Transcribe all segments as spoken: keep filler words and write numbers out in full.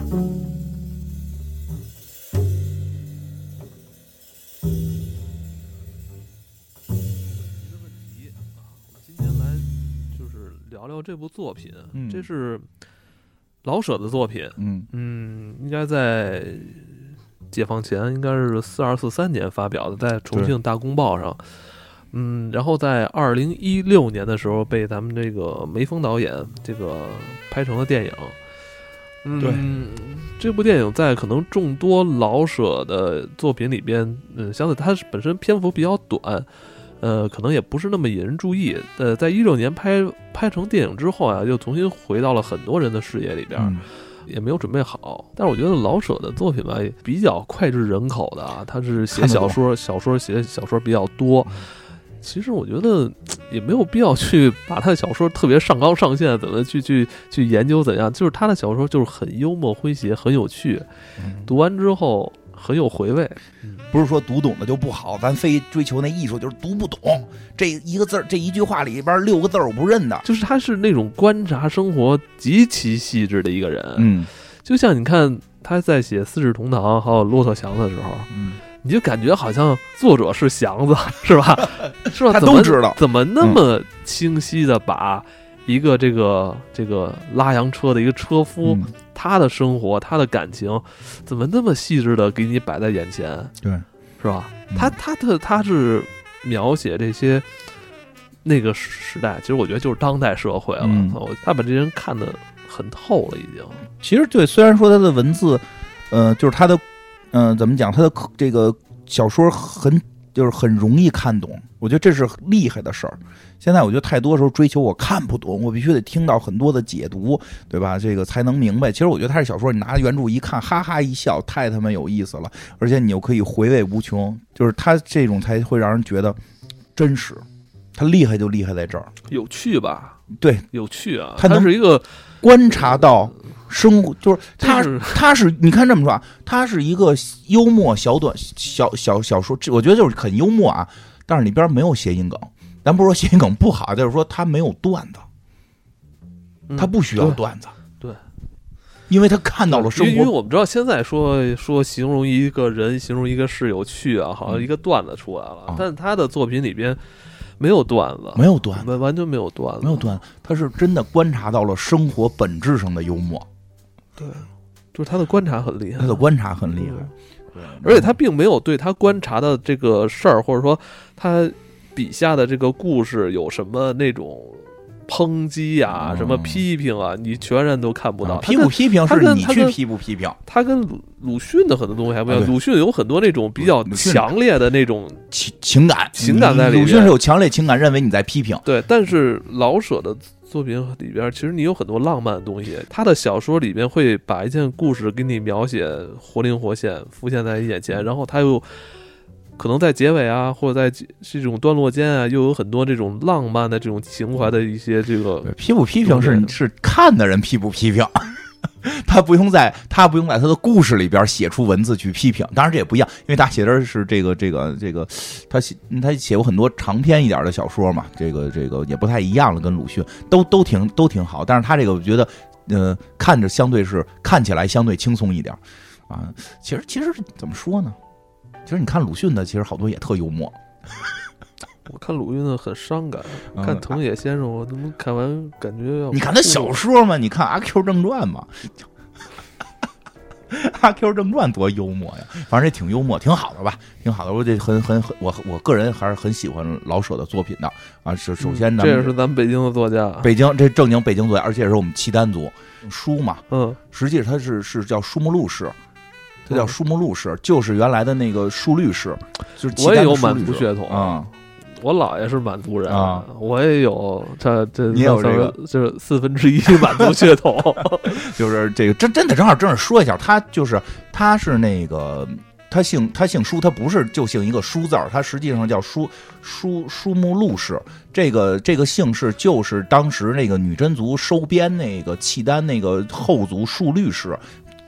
聊聊这部作品， 嗯、 这是老舍的作品， 嗯嗯，应该在解放前，应该是四二四三年发表的，在重庆大公报上，嗯，然后在二零一六年的时候被咱们这个梅峰导演这个拍成了电影，嗯， 对， 这部电影在可能众多老舍的作品里边，嗯，相对它本身篇幅比较短。呃，可能也不是那么引人注意。呃，在一六年拍拍成电影之后啊，又重新回到了很多人的视野里边， 嗯、 也没有准备好。但是我觉得老舍的作品吧，比较脍炙人口的啊，他是写小说，小说写小说比较多。其实我觉得也没有必要去把他的小说特别上纲上线，怎么去去去研究怎样。就是他的小说就是很幽默诙谐，很有趣， 嗯、 读完之后很有回味。 不是说读懂的就不好，咱非追求那艺术，就是读不懂这一个字，这一句话里边六个字我不认的。 就是他是那种观察生活极其细致的一个人， 嗯， 就像你看他在写《四世同堂》还有《骆驼祥子》的时候， 嗯， 你就感觉好像作者是祥子，是吧？是吧？ 他都知道怎么那么清晰的把一个这个这个拉洋车的一个车夫。嗯，他的生活，他的感情，怎么那么细致的给你摆在眼前？ 对， 是吧？ 嗯、 他他的他是描写这些那个时代，其实我觉得就是当代社会了。 嗯、 他把这人看得很透了，已经。 其实对，虽然说他的文字，呃，就是他的，嗯、呃，怎么讲，他的这个小说很就是很容易看懂，我觉得这是厉害的事儿。现在我觉得太多时候追求我看不懂，我必须得听到很多的解读，对吧？这个才能明白。其实我觉得他是小说，你拿原著一看，哈哈一笑，太他妈有意思了，而且你又可以回味无穷。就是他这种才会让人觉得真实，他厉害就厉害在这儿， 有趣吧？ 对， 有趣啊！ 他能是一个观察到生活，就是他他是你看这么说啊，他是一个幽默小短小小小说，我觉得就是很幽默啊，但是里边没有谐音梗。咱不是说谐音梗不好，就是说他没有段子，他不需要段子， 嗯、对， 因为他看到了生活。 因为我们知道现在说说形容一个人、形容一个事有趣啊，好像一个段子出来了，嗯、但他的作品里边没有段子， 没有段子， 完全没有段子， 没有段子，他是真的观察到了生活本质上的幽默。 对，就是他的观察很厉害， 他的观察很厉害， 对，而且他并没有对他观察的这个事儿，或者说他笔下的这个故事有什么那种抨击呀、啊、什么批评啊，你全然都看不到。 啊、批不批评是你去批不批评。 他跟鲁鲁迅的很多东西还不一样， 啊、 鲁迅有很多那种比较强烈的那种情情感情感在里面。 鲁迅是有强烈情感，认为你在批评。 对，但是老舍的作品里边，其实你有很多浪漫的东西。他的小说里边会把一件故事给你描写活灵活现，浮现在你眼前，然后他又。可能在结尾啊，或者在这种段落间啊，又有很多这种浪漫的这种情怀的一些这个批不批评是是看的人批不批评，他不用在他不用在他的故事里边写出文字去批评。当然这也不一样，因为他写的是这个这个这个，他写他写过很多长篇一点的小说嘛，这个这个也不太一样了，跟鲁迅都都挺都挺好。但是他这个我觉得，呃，看着相对是看起来相对轻松一点啊。其实其实怎么说呢？其实你看鲁迅的，其实好多也特幽默。 我看鲁迅的很伤感，嗯、看藤野先生，我怎么看完感觉要…… 你看他小说嘛，你看《阿 Q 正传》嘛，《阿 Q 正传》多幽默呀！反正也挺幽默，挺好的吧，挺好的。我这很很很，我我个人还是很喜欢老舍的作品的啊。是首先咱们、 嗯，这也是咱们北京的作家， 北京这正经北京作家，而且也是我们契丹族书嘛。 嗯， 实际它是是叫舒木禄氏。这叫舒木禄氏，就是原来的那个舒律氏，就是我也有满族血统啊、嗯， 我姥爷是满族人啊， 我也有这这你有这个就是四分之一满族血统， 就是这个真真的正好正好说一下，他就是他是那个他姓他姓舒，他不是就姓一个舒字儿，他实际上叫舒舒舒木禄氏，这个这个姓氏就是当时那个女真族收编那个契丹那个后族舒律氏。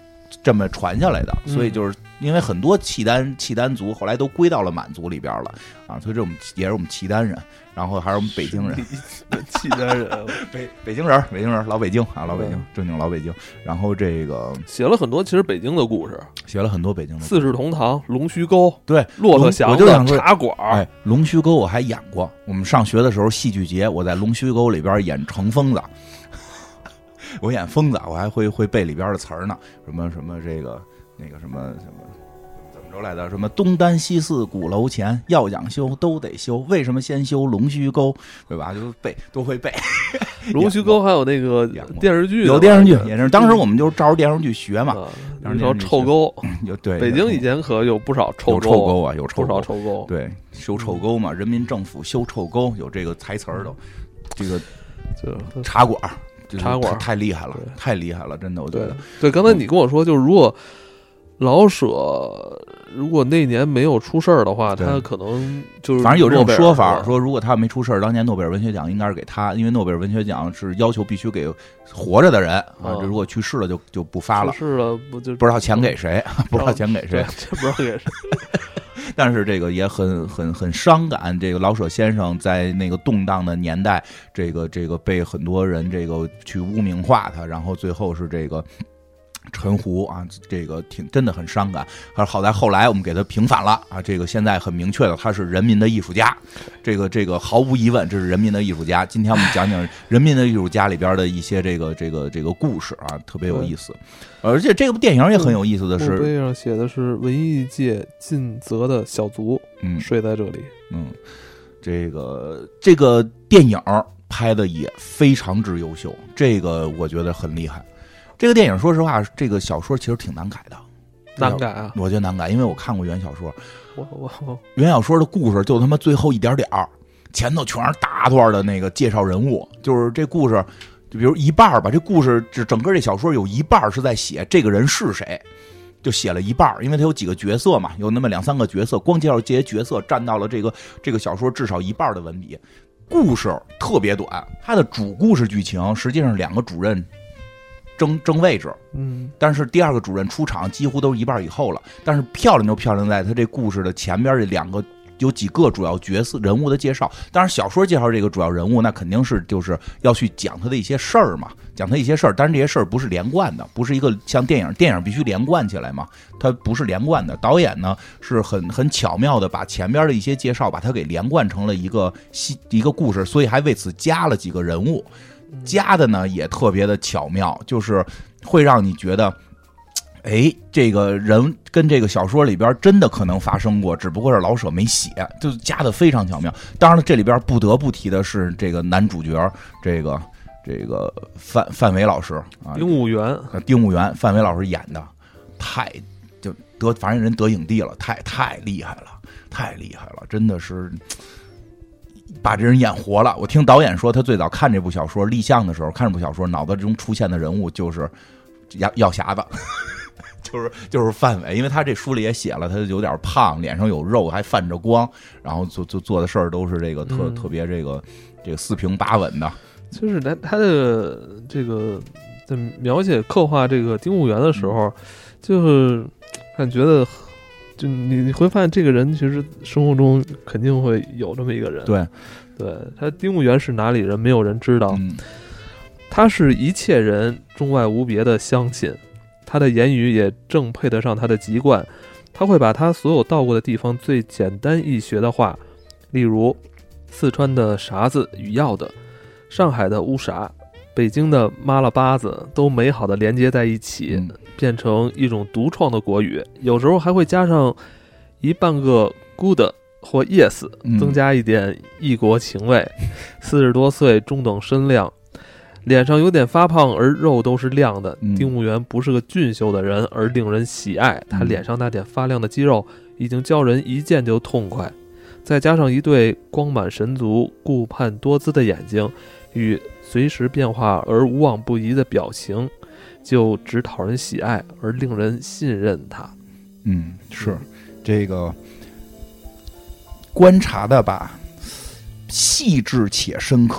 这么传下来的， 嗯、 所以就是因为很多契丹契丹族后来都归到了满族里边了啊，所以这我们也是我们契丹人，然后还是我们北京人， 契丹人， 北北京人，北京人，老北京啊，老北京，正经老北京。然后这个写了很多其实北京的故事， 写了很多北京的故事， 四世同堂、龙须沟， 对， 骆驼祥子、茶馆。 哎，龙须沟我还演过，我们上学的时候戏剧节，我在龙须沟里边演成疯子。我演疯子，我还会会背里边的词儿呢，什么什么这个那个什么什么怎么着来的？什么东单西四鼓楼前，要讲修都得修，为什么先修龙须沟？对吧？就背都会背。 龙须沟还有那个电视剧， 有电视剧也是，当时我们就是照着电视剧学嘛。 然后臭沟， 有对， 北京以前可有不少臭沟， 有臭沟啊，有不少臭沟。 对，修臭沟嘛，人民政府修臭沟，有这个台词儿都。这个就茶馆。 茶馆太厉害了，太厉害了，真的，我觉得。 对，刚才你跟我说，就是如果老舍如果那年没有出事儿的话，他可能就是反正有这种说法，说如果他没出事儿，当年诺贝尔文学奖应该是给他，因为诺贝尔文学奖是要求必须给活着的人啊，这如果去世了就就不发了， 去世了不就不知道钱给谁，不知道钱给谁， 不知道给谁。 但是这个也很很很伤感。这个老舍先生在那个动荡的年代，这个这个被很多人这个去污名化他，然后最后是这个陈胡啊，这个挺真的很伤感。而好在后来我们给他平反了啊，这个现在很明确的，他是人民的艺术家。这个这个毫无疑问，这是人民的艺术家。今天我们讲讲人民的艺术家里边的一些这个这个这个故事啊，特别有意思。而且这部电影也很有意思的是， 墓碑上写的是文艺界尽责的小卒， 嗯， 睡在这里， 嗯，这个这个电影拍的也非常之优秀，这个我觉得很厉害。这个电影说实话，这个小说其实挺难改的， 难改啊， 我觉得难改，因为我看过原小说， 我我我原小说的故事就他妈最后一点点儿，前头全是大段的那个介绍人物，就是这故事。就比如一半吧，这故事这整个这小说有一半是在写这个人是谁，就写了一半，因为他有几个角色嘛，有那么两三个角色，光介绍这些角色占到了这个这个小说至少一半的文笔。故事特别短，它的主故事剧情实际上两个主任争争位置， 嗯， 但是第二个主任出场几乎都是一半以后了。但是漂亮就漂亮在他这故事的前边这两个。有几个主要角色人物的介绍，当然小说介绍这个主要人物，那肯定是就是要去讲他的一些事儿嘛，讲他一些事儿，但是这些事儿不是连贯的，不是一个像电影，电影必须连贯起来嘛，它不是连贯的。导演呢是很很巧妙的把前边的一些介绍把它给连贯成了一个一个故事，所以还为此加了几个人物，加的呢也特别的巧妙，就是会让你觉得。哎，这个人跟这个小说里边真的可能发生过，只不过是老舍没写，就加的非常巧妙。当然了，这里边不得不提的是这个男主角，这个这个范范伟老师啊， 丁务元， 丁务元，范伟老师演的太就得，反正人得影帝了，太太厉害了，太厉害了，真的是把这人演活了。我听导演说，他最早看这部小说立项的时候，看这部小说，脑子中出现的人物就是药药匣子。就是就是范伟，因为他这书里也写了，他有点胖，脸上有肉，还泛着光，然后做做做的事儿都是这个特、嗯、特别这个这个四平八稳的。 就是他他的这个在描写刻画这个丁务元的时候，嗯、就是感觉得就你你会发现这个人其实生活中肯定会有这么一个人。 对， 对他丁务元是哪里人，没有人知道。 嗯、 他是一切人中外无别的乡亲。他的言语也正配得上他的籍贯，他会把他所有到过的地方最简单易学的话，例如四川的啥子与要的，上海的乌啥，北京的麻辣巴子，都美好的连接在一起， 嗯、 变成一种独创的国语。有时候还会加上一半个 good 或 yes， 增加一点异国情味。四十多岁，中等身量。脸上有点发胖，而肉都是亮的。 嗯、 丁务元不是个俊秀的人，而令人喜爱。他脸上那点发亮的肌肉，已经叫人一见就痛快。再加上一对光满神足、顾盼多姿的眼睛，与随时变化而无往不移的表情，就只讨人喜爱，而令人信任他。 嗯，是这个观察的吧，细致且深刻。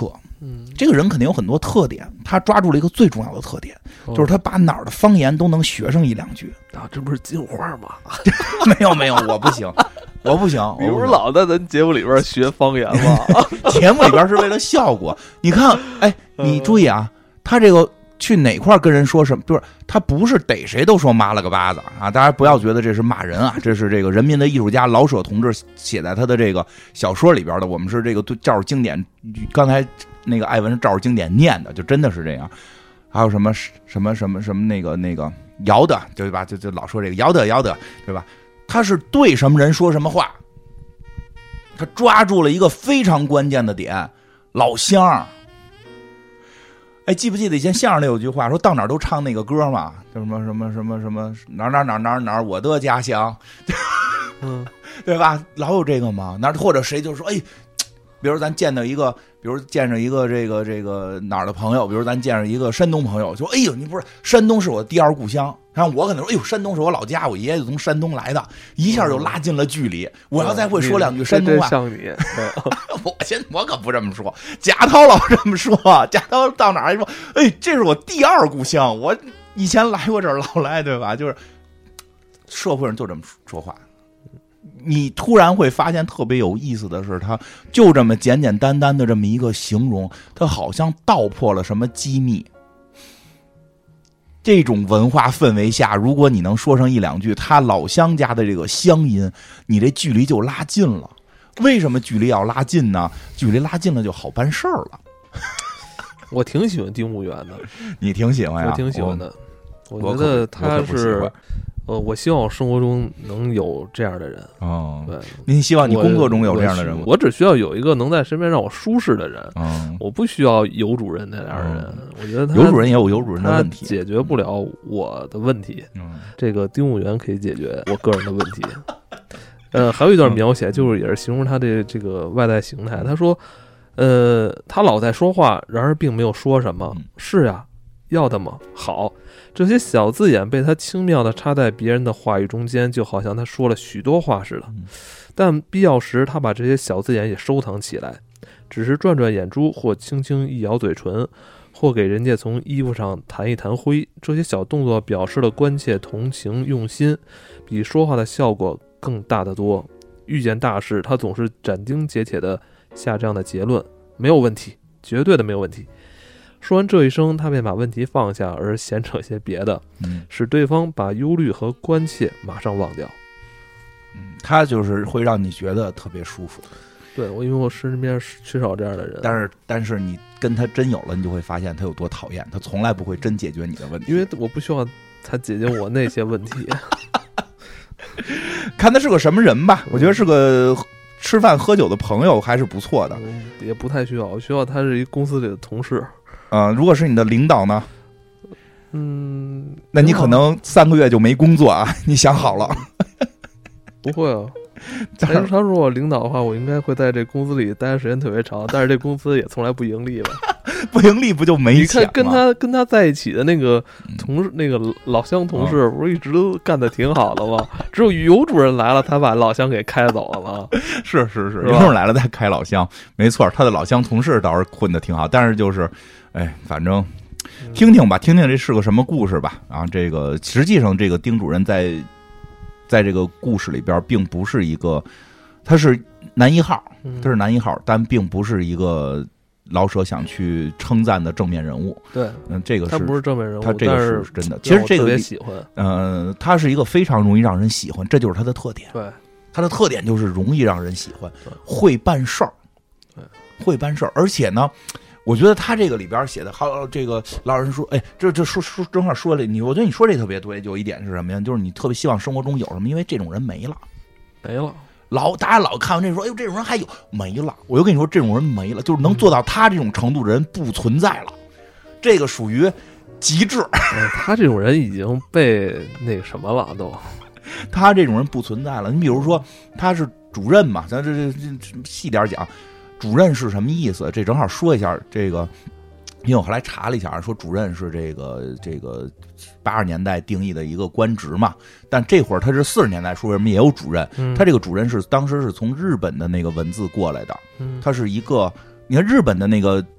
嗯， 这个人肯定有很多特点，他抓住了一个最重要的特点，哦、就是他把哪儿的方言都能学上一两句啊，这不是金花吗？ 没有没有，我不行，我不行， 你不是老在咱节目里边学方言吗？ 节目里边是为了效果。你看，哎，你注意啊，他这个去哪块跟人说什么，就是他不是逮谁都说妈了个巴子啊！大家不要觉得这是骂人啊，这是这个人民的艺术家老舍同志写在他的这个小说里边的。我们是这个照着经典，刚才那个艾文是照着经典念的，就真的是这样。还有什么什么什么什么那个那个姚的，对吧？就就老说这个姚的姚的，对吧？他是对什么人说什么话，他抓住了一个非常关键的点，老乡。哎，记不记得以前相声里有句话，说到哪儿都唱那个歌嘛，叫什么什么什么什么哪儿哪儿哪儿哪儿哪儿我的家乡， 嗯， 对吧？老有这个嘛，哪或者谁就说，哎，比如咱见到一个，比如见着一个这个这个哪儿的朋友，比如咱见着一个山东朋友，就哎呦，你不是山东是我的第二故乡，然后我可能说，哎呦，山东是我老家，我爷爷就从山东来的，一下就拉近了距离。我要再会说两句山东话， 像你， 我先我可不这么说，贾涛老这么说，贾涛到哪儿说，哎，这是我第二故乡，我以前来过这儿，老来，对吧？就是社会上就这么说话。你突然会发现特别有意思的是，他就这么简简单单的这么一个形容，他好像道破了什么机密。这种文化氛围下，如果你能说上一两句他老乡家的这个乡音，你这距离就拉近了。为什么距离要拉近呢？距离拉近了就好办事儿了。 我挺喜欢丁务员的， 你挺喜欢呀？ 我挺喜欢的。我, 我觉得他是，呃，我希望我生活中能有这样的人。 哦， 对， 您希望你工作中有这样的人吗？ 我, 我只需要有一个能在身边让我舒适的人。 嗯， 我不需要有主任那样的人。嗯、我觉得他有主任也有有主任的问题， 解决不了我的问题。 嗯， 这个丁务员可以解决我个人的问题。呃，还有一段描写，就是也是形容他的这个外在形态。他说，呃，他老在说话，然而并没有说什么。是呀，要的吗？好。这些小字眼被他轻妙地插在别人的话语中间，就好像他说了许多话似的。但必要时，他把这些小字眼也收藏起来，只是转转眼珠，或轻轻一咬嘴唇，或给人家从衣服上弹一弹灰。这些小动作表示了关切、同情、用心，比说话的效果更大得多。遇见大事，他总是斩钉截铁地下这样的结论：没有问题，绝对的没有问题。说完这一声，他便把问题放下，而闲扯些别的， 嗯， 使对方把忧虑和关切马上忘掉。 嗯，他就是会让你觉得特别舒服。 对，我因为我身边缺少这样的人， 但是但是你跟他真有了，你就会发现他有多讨厌，他从来不会真解决你的问题， 因为我不需要他解决我那些问题。 看他是个什么人吧，我觉得是个吃饭喝酒的朋友还是不错的， 嗯、也不太需要，我需要他是一公司里的同事。 嗯、呃，如果是你的领导呢？ 嗯， 那你可能三个月就没工作啊！你想好了？ 不会啊。他他说我领导的话，我应该会在这公司里待的时间特别长，但是这公司也从来不盈利了。 不盈利不就没钱吗？ 你看跟他跟他在一起的那个同事，嗯、那个老乡同事，不是一直都干得挺好的吗？嗯、只有尤主任来了，他把老乡给开走了嘛。 是是是，尤主任来了再开老乡，没错，他的老乡同事倒是混得挺好，但是就是，哎，反正听听吧，听听这是个什么故事吧。啊，这个实际上这个丁主任在在这个故事里边并不是一个，他是男一号，他是男一号，但并不是一个老舍想去称赞的正面人物。 对， 嗯，这个是他不是正面人物， 他这个是真的。其实这个特别喜欢， 嗯、呃，他是一个非常容易让人喜欢，这就是他的特点。 对， 他的特点就是容易让人喜欢，会办事儿， 对， 会办事儿，而且呢。我觉得他这个里边写的，好，这个老人说，哎，这这说说正好说了你，我觉得你说这特别对，有一点是什么呀？就是你特别希望生活中有什么，因为这种人没了， 没了。 老大家老看完这说，哎呦，这种人还有没了？我就跟你说，这种人没了，就是能做到他这种程度的人不存在了，这个属于极致。 哎、他这种人已经被那个什么了，都， 他这种人不存在了。你比如说，他是主任嘛，咱这这这细点讲。主任是什么意思？这正好说一下这个，因为我后来查了一下，说主任是这个这个八十年代定义的一个官职嘛，但这会儿他是四十年代说为什么也有主任？ 嗯、 他这个主任是当时是从日本的那个文字过来的， 嗯、 他是一个，你看日本的那个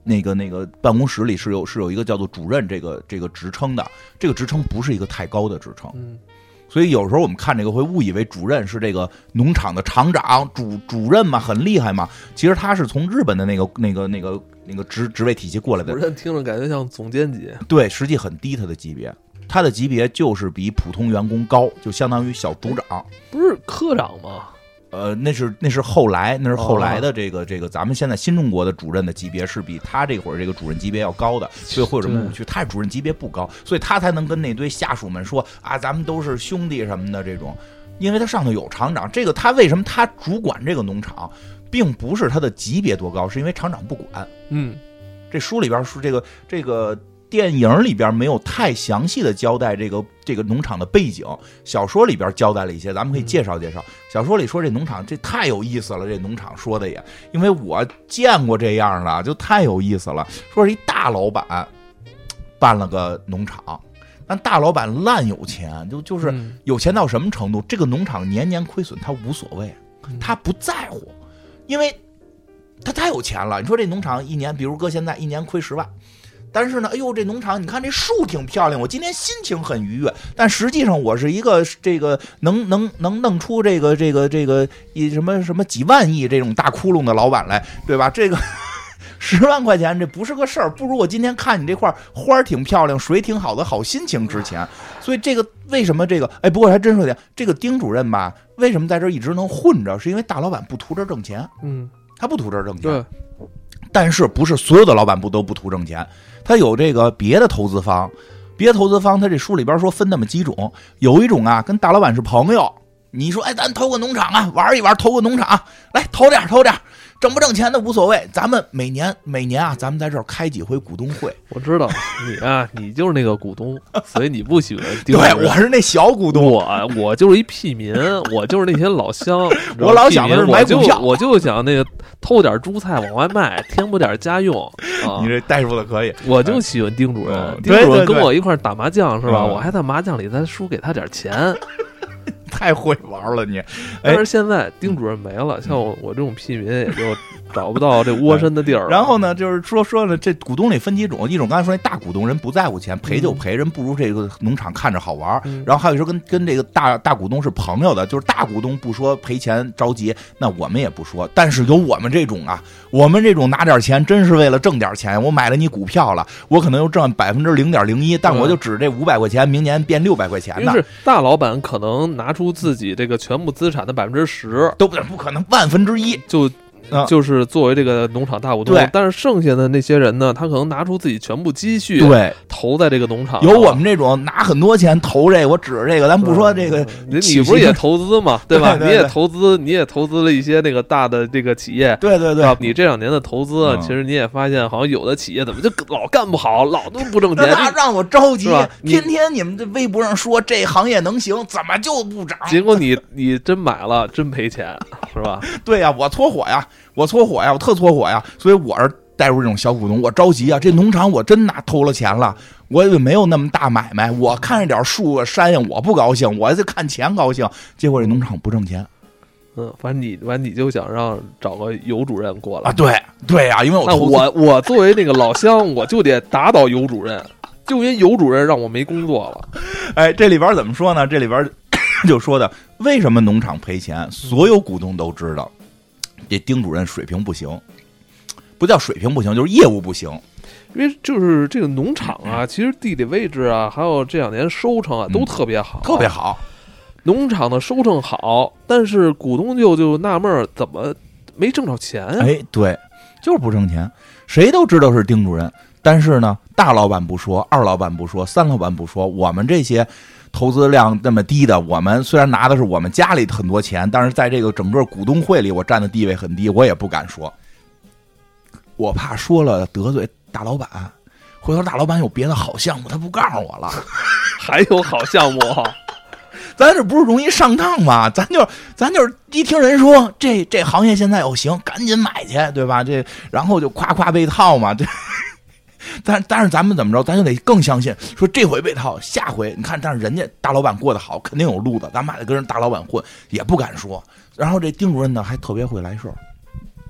那个那个办公室里是有是有一个叫做主任这个这个职称的，这个职称不是一个太高的职称， 嗯， 所以有时候我们看这个会误以为主任是这个农场的厂长主主任嘛，很厉害嘛，其实他是从日本的那个那个那个那个职职位体系过来的。 主任听着感觉像总监级， 对，实际很低，他的级别，他的级别就是比普通员工高，就相当于小组长， 不是科长吗？ 呃，那是那是后来，那是后来的这个、哦、这个，咱们现在新中国的主任的级别是比他这会儿这个主任级别要高的，所以会有什么误区？他主任级别不高，所以他才能跟那堆下属们说啊，咱们都是兄弟什么的这种，因为他上头有厂长。这个他为什么他主管这个农场，并不是他的级别多高，是因为厂长不管。 嗯， 这书里边说这个这个。电影里边没有太详细的交代这个这个农场的背景，小说里边交代了一些，咱们可以介绍介绍。小说里说这农场这太有意思了，这农场说的也，因为我见过这样的，就太有意思了。说是一大老板办了个农场，但大老板烂有钱，就就是有钱到什么程度？这个农场年年亏损，他无所谓，他不在乎，因为他太有钱了。你说这农场一年，比如搁现在一年亏十万。但是呢，哎呦，这农场你看这树挺漂亮，我今天心情很愉悦。但实际上我是一个这个能能能弄出这个这个这个一什么什么几万亿这种大窟窿的老板来，对吧？这个十万块钱这不是个事儿，不如我今天看你这块花挺漂亮，水挺好的好心情值钱。所以这个为什么这个哎，不过还真说点，这个丁主任吧，为什么在这一直能混着？是因为大老板不图这挣钱， 嗯， 他不图这挣钱。 对。 但是不是所有的老板不都不图挣钱？他有这个别的投资方，别的投资方他这书里边说分那么几种，有一种啊跟大老板是朋友，你说哎咱投个农场啊，玩一玩投个农场，来投点投点，挣不挣钱的无所谓，咱们每年每年啊咱们在这儿开几回股东会。 我知道你啊，你就是那个股东，所以你不喜欢丁主任。对，我是那小股东， 我我就是一屁民，我就是那些老乡。 我老想的是买股票， 我就我就想那个偷点猪菜往外卖，添补点家用。啊、 你这代入的可以。 我就喜欢丁主任， 嗯、 丁主任跟我一块打麻将是吧？ 嗯、 我还在麻将里再输给他点钱。 太会玩了你！ 但是现在丁主任没了，像我我这种屁民也就找不到这窝身的地儿。 然后呢，就是说说呢，这股东里分几种，一种刚才说那大股东人不在乎钱，赔就赔，人不如这个农场看着好玩。 嗯、 然后还有说跟跟这个大大股东是朋友的，就是大股东不说赔钱着急，那我们也不说。但是有我们这种啊，我们这种拿点钱真是为了挣点钱，我买了你股票了，我可能又挣百分之零点零一，但我就指这五百块钱，明年变六百块钱呢。 就是大老板可能拿出自己这个全部资产的百分之十， 都不可能万分之一就。就是作为这个农场大股东，但是剩下的那些人呢，他可能拿出自己全部积蓄， 对， 投在这个农场。 有我们这种拿很多钱投这个，我指这个，咱不说这个， 你你不是也投资吗？对吧？ 对对对， 你也投资，你也投资了一些那个大的这个企业， 对对对。 你这两年的投资， 嗯、 其实你也发现，好像有的企业怎么就老干不好，老都不挣钱， 那让我着急。天天天你们这微博上说这行业能行，怎么就不涨？ 结果你你真买了，真赔钱，是吧？ 对呀、啊，我搓火呀。我搓火呀，我特搓火呀，所以我是带入这种小股东，我着急啊！这农场我真拿偷了钱了，我也没有那么大买卖，我看着点树啊山呀，我不高兴，我就看钱高兴。结果这农场不挣钱， 嗯，反正你反正你就想让找个尤主任过来啊？对对呀、啊，因为我那我我作为那个老乡，我就得打倒尤主任，就因为尤主任让我没工作了。 哎，这里边怎么说呢？这里边就说的为什么农场赔钱，所有股东都知道。这丁主任水平不行，不叫水平不行，就是业务不行。 因为就是这个农场啊，其实地理位置啊，还有这两年收成啊，都特别好， 嗯、特别好。 农场的收成好，但是股东就就纳闷怎么没挣着钱啊？ 哎，对，就是不挣钱。谁都知道是丁主任，但是呢，大老板不说，二老板不说，三老板不说，我们这些。投资量那么低的，我们虽然拿的是我们家里很多钱，但是在这个整个股东会里，我占的地位很低，我也不敢说，我怕说了得罪大老板，回头大老板有别的好项目，他不告诉我了。 还有好项目， 咱这不是容易上当吗？咱就咱就是一听人说这这行业现在有行，赶紧买去，对吧？这然后就夸夸被套嘛，这。但但是咱们怎么着，咱就得更相信，说这回被套，下回你看，但是人家大老板过得好，肯定有路子，咱们还得跟人大老板混，也不敢说。然后这丁主任呢，还特别会来事儿，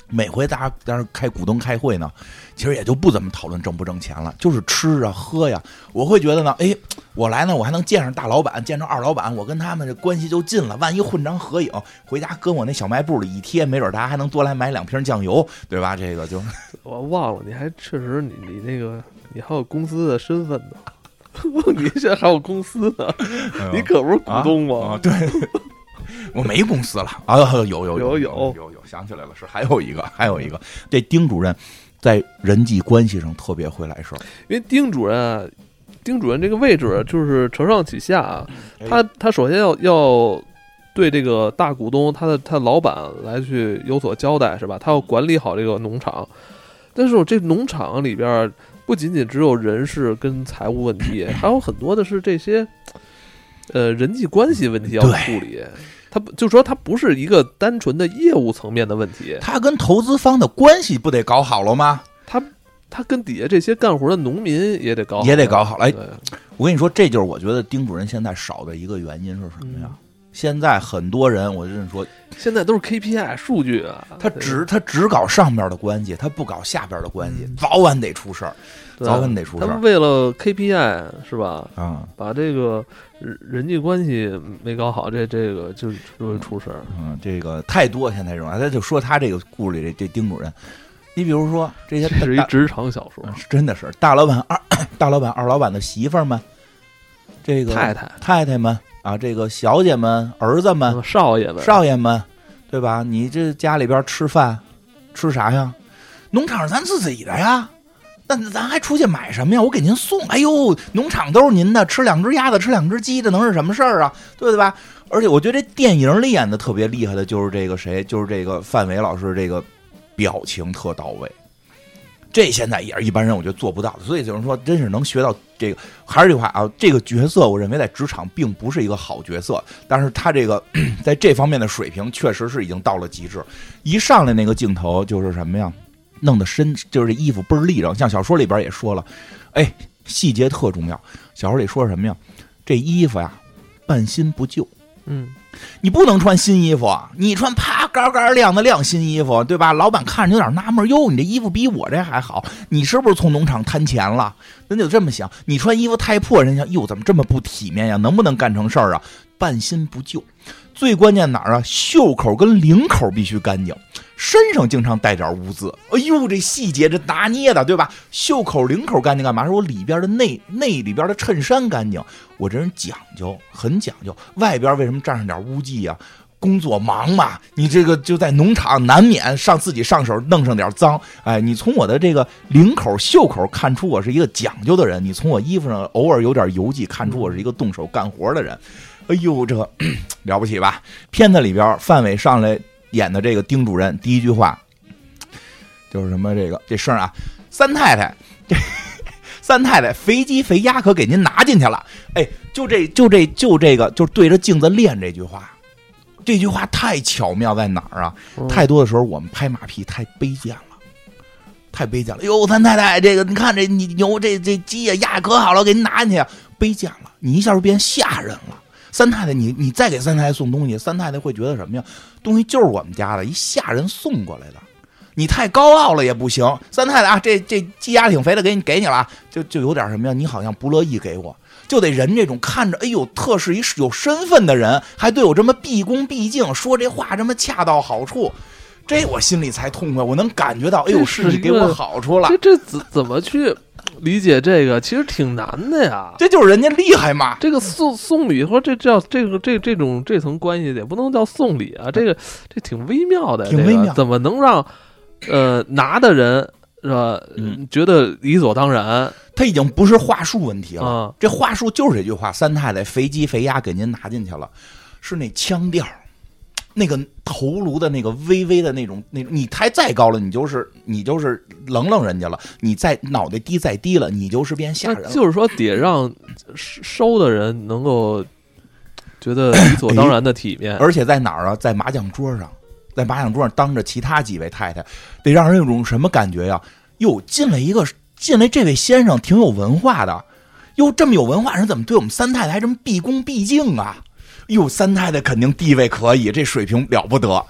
每回大家当时开股东开会呢，其实也就不怎么讨论挣不挣钱了，就是吃啊喝呀。我会觉得呢，哎，我来呢，我还能见上大老板，见上二老板，我跟他们这关系就近了。万一混张合影，回家跟我那小卖部里一贴，没准大家还能多来买两瓶酱油，对吧？这个就我忘了，你还确实你你那个你还有公司的身份呢。你现在还有公司呢，哎、你可不是股东吗？ 啊啊、对，我没公司了啊，有有有有有有有，想起来了，是还有一个，还有一个，这丁主任在人际关系上特别会来事儿， 因为丁主任，丁主任这个位置就是承上启下啊，他他首先要要对这个大股东，他的他的老板来去有所交代，是吧？他要管理好这个农场，但是我这农场里边。不仅仅只有人事跟财务问题，还有很多的是这些，呃，人际关系问题要处理。他就说他不是一个单纯的业务层面的问题， 他跟投资方的关系不得搞好了吗？ 他他跟底下这些干活的农民也得搞好， 也得搞好。哎，我跟你说，这就是我觉得丁主任现在少的一个原因是什么呀？嗯、现在很多人，我就是说， 现在都是 K P I 数据啊， 他只他只搞上边的关系，他不搞下边的关系，嗯、早晚得出事儿。早晚得出事儿。 他们为了 K P I 是吧？ 啊、嗯， 把这个人际关系没搞好，这这个就就会出事儿。 嗯，这个太多现在这种，他就说他这个故事里这这丁主任，你比如说这些， 这是一职场小说， 真的是大老板二大老板二老板的媳妇儿们，这个太太太太们啊，这个小姐们、儿子们、 少爷们、 少爷们，对吧？你这家里边吃饭吃啥呀？农场是咱自己的呀。那咱还出去买什么呀？我给您送。哎呦，农场都是您的，吃两只鸭子，吃两只鸡，这能是什么事儿啊？对不对吧？而且我觉得这电影里演的特别厉害的就是这个谁，就是这个范伟老师，这个表情特到位。这现在也是一般人我觉得做不到的，所以就是说，真是能学到这个。还是这句话啊，这个角色我认为在职场并不是一个好角色，但是他这个在这方面的水平确实是已经到了极致。一上来那个镜头就是什么呀？弄得深，就是这衣服倍儿立正，像小说里边也说了，哎，细节特重要。小说里说什么呀？这衣服呀，半新不旧。 嗯， 你不能穿新衣服，你穿啪嘎嘎亮的亮新衣服，对吧？老板看着有点纳闷，哟，你这衣服比我这还好，你是不是从农场贪钱了？人就这么想，你穿衣服太破，人家哟怎么这么不体面呀？能不能干成事儿啊？半新不旧。最关键哪儿啊？袖口跟领口必须干净，身上经常带点污渍。哎呦，这细节这拿捏的，对吧？袖口领口干净干嘛？是我里边的内内里边的衬衫干净。我这人讲究，很讲究。外边为什么沾上点污迹呀？工作忙嘛，你这个就在农场难免上自己上手弄上点脏。哎，你从我的这个领口袖口看出我是一个讲究的人，你从我衣服上偶尔有点油迹看出我是一个动手干活的人。哎呦，这了不起吧？片子里边范伟上来演的这个丁主任，第一句话就是什么？这个这声啊，三太太，这三太太肥鸡肥鸭可给您拿进去了。哎，就这就这就这个，就对着镜子练这句话。这句话太巧妙在哪儿啊？ 嗯、 太多的时候我们拍马屁太卑贱了。太卑贱了！哟，三太太，这个你看这你牛这这鸡呀鸭可好了，给您拿进去，卑贱了，你一下就变下人了。三太太，你你再给三太太送东西，三太太会觉得什么呀？东西就是我们家的，一下人送过来的，你太高傲了也不行。三太太啊，这这鸡鸭挺肥的，给你给你了，就就有点什么呀？你好像不乐意给我，就得人这种看着，哎呦，特是一有身份的人，还对我这么毕恭毕敬，说这话这么恰到好处。这我心里才痛快，我能感觉到，哎呦，是你给我好处了。 这这怎怎么去理解这个？其实挺难的呀。 这就是人家厉害嘛。 这个送送礼或者这叫这个这这种这层关系也不能叫送礼啊。这个这挺微妙的， 挺微妙。 这个、怎么能让呃拿的人是吧、嗯、觉得理所当然？ 他已经不是话术问题了， 嗯、 这话术就是这句话：三太太肥鸡肥鸭给您拿进去了，是那腔调。那个头颅的那个微微的那种那种，你抬再高了，你就是你就是冷冷人家了；你再脑袋低再低了，你就是变下人了。 就是说，得让收的人能够觉得理所当然的体面。 而且在哪儿啊？在麻将桌上，在麻将桌上当着其他几位太太，得让人有种什么感觉呀？哟，进来一个进来这位先生挺有文化的，哟，这么有文化人怎么对我们三太太还这么毕恭毕敬啊？哟，三太太肯定地位可以，这水平了不得。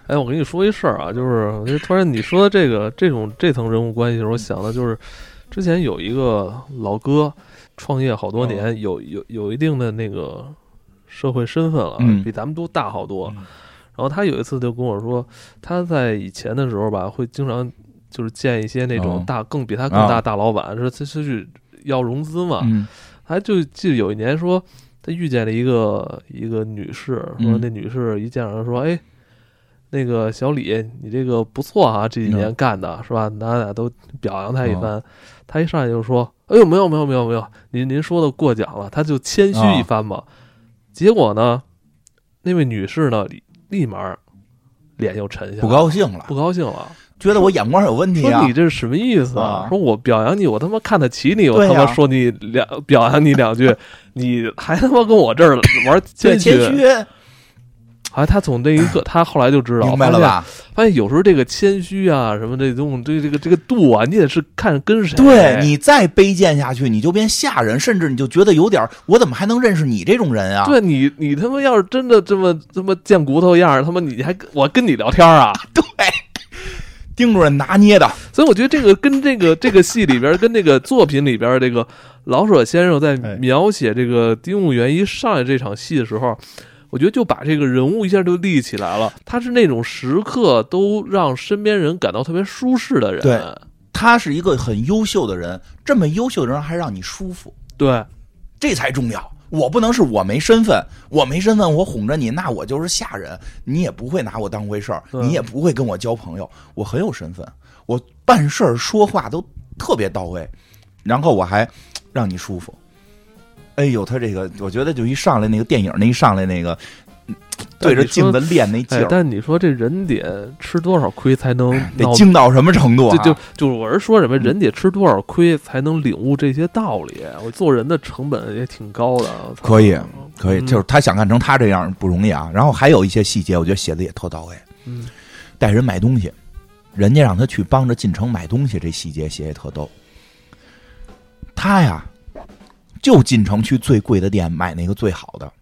哎，我跟你说一事儿啊，就是突然你说这个这种这层人物关系的时候，我想的就是之前有一个老哥创业好多年， 嗯、 有有有一定的那个社会身份了， 嗯、 比咱们都大好多。 嗯、 然后他有一次就跟我说，他在以前的时候吧，会经常就是见一些那种大、哦、更比他更大大老板，说他去要融资嘛。 嗯、 他就记得有一年说，他遇见了一个一个女士，说那女士一见着说，哎。那个小李，你这个不错啊，这几年干的、嗯、是吧？咱俩都表扬他一番。哦、他一上来就说：“哎呦，没有没有没有没有，您您说的过奖了。”他就谦虚一番嘛。哦、结果呢，那位女士呢，立马脸又沉下来， 不高兴了， 不高兴了， 觉得我眼光有问题啊！ 说你这是什么意思啊？ 啊说我表扬你，我他妈看得起你，我他妈说你两、啊、表扬你两句，你还他妈跟我这儿玩谦虚。 谦虚啊，他从那一刻，他后来就知道， 明白了吧？ 发现有时候这个谦虚啊，什么这种这这个这个度啊，你也是看跟谁。 对，你再卑贱下去，你就变下人，甚至你就觉得有点，我怎么还能认识你这种人啊？ 对你，你他妈要是真的这么这么贱骨头样，他妈你还我跟你聊天啊？ 对，丁主任拿捏的。 所以我觉得这个跟这个这个戏里边，跟这个作品里边，这个老舍先生在描写这个丁务员一上来这场戏的时候。我觉得就把这个人物一下就立起来了，他是那种时刻都让身边人感到特别舒适的人。 对，他是一个很优秀的人，这么优秀的人还让你舒服， 对， 这才重要。我不能是我没身份，我没身份，我哄着你，那我就是下人，你也不会拿我当回事儿，你也不会跟我交朋友。我很有身份，我办事儿说话都特别到位，然后我还让你舒服。哎呦，他这个，我觉得就一上来那个电影那一上来那个，对着镜子练那劲儿、 哎。但你说这人得吃多少亏才能得精到什么程度、啊？ 就就就是我是说什么，人得吃多少亏才能领悟这些道理？我做人的成本也挺高的。 可以，可以，就是他想干成他这样不容易啊。然后还有一些细节，我觉得写的也特到位。 嗯， 带人买东西，人家让他去帮着进城买东西，这细节写也特逗。他呀。就进城去最贵的店买那个最好的，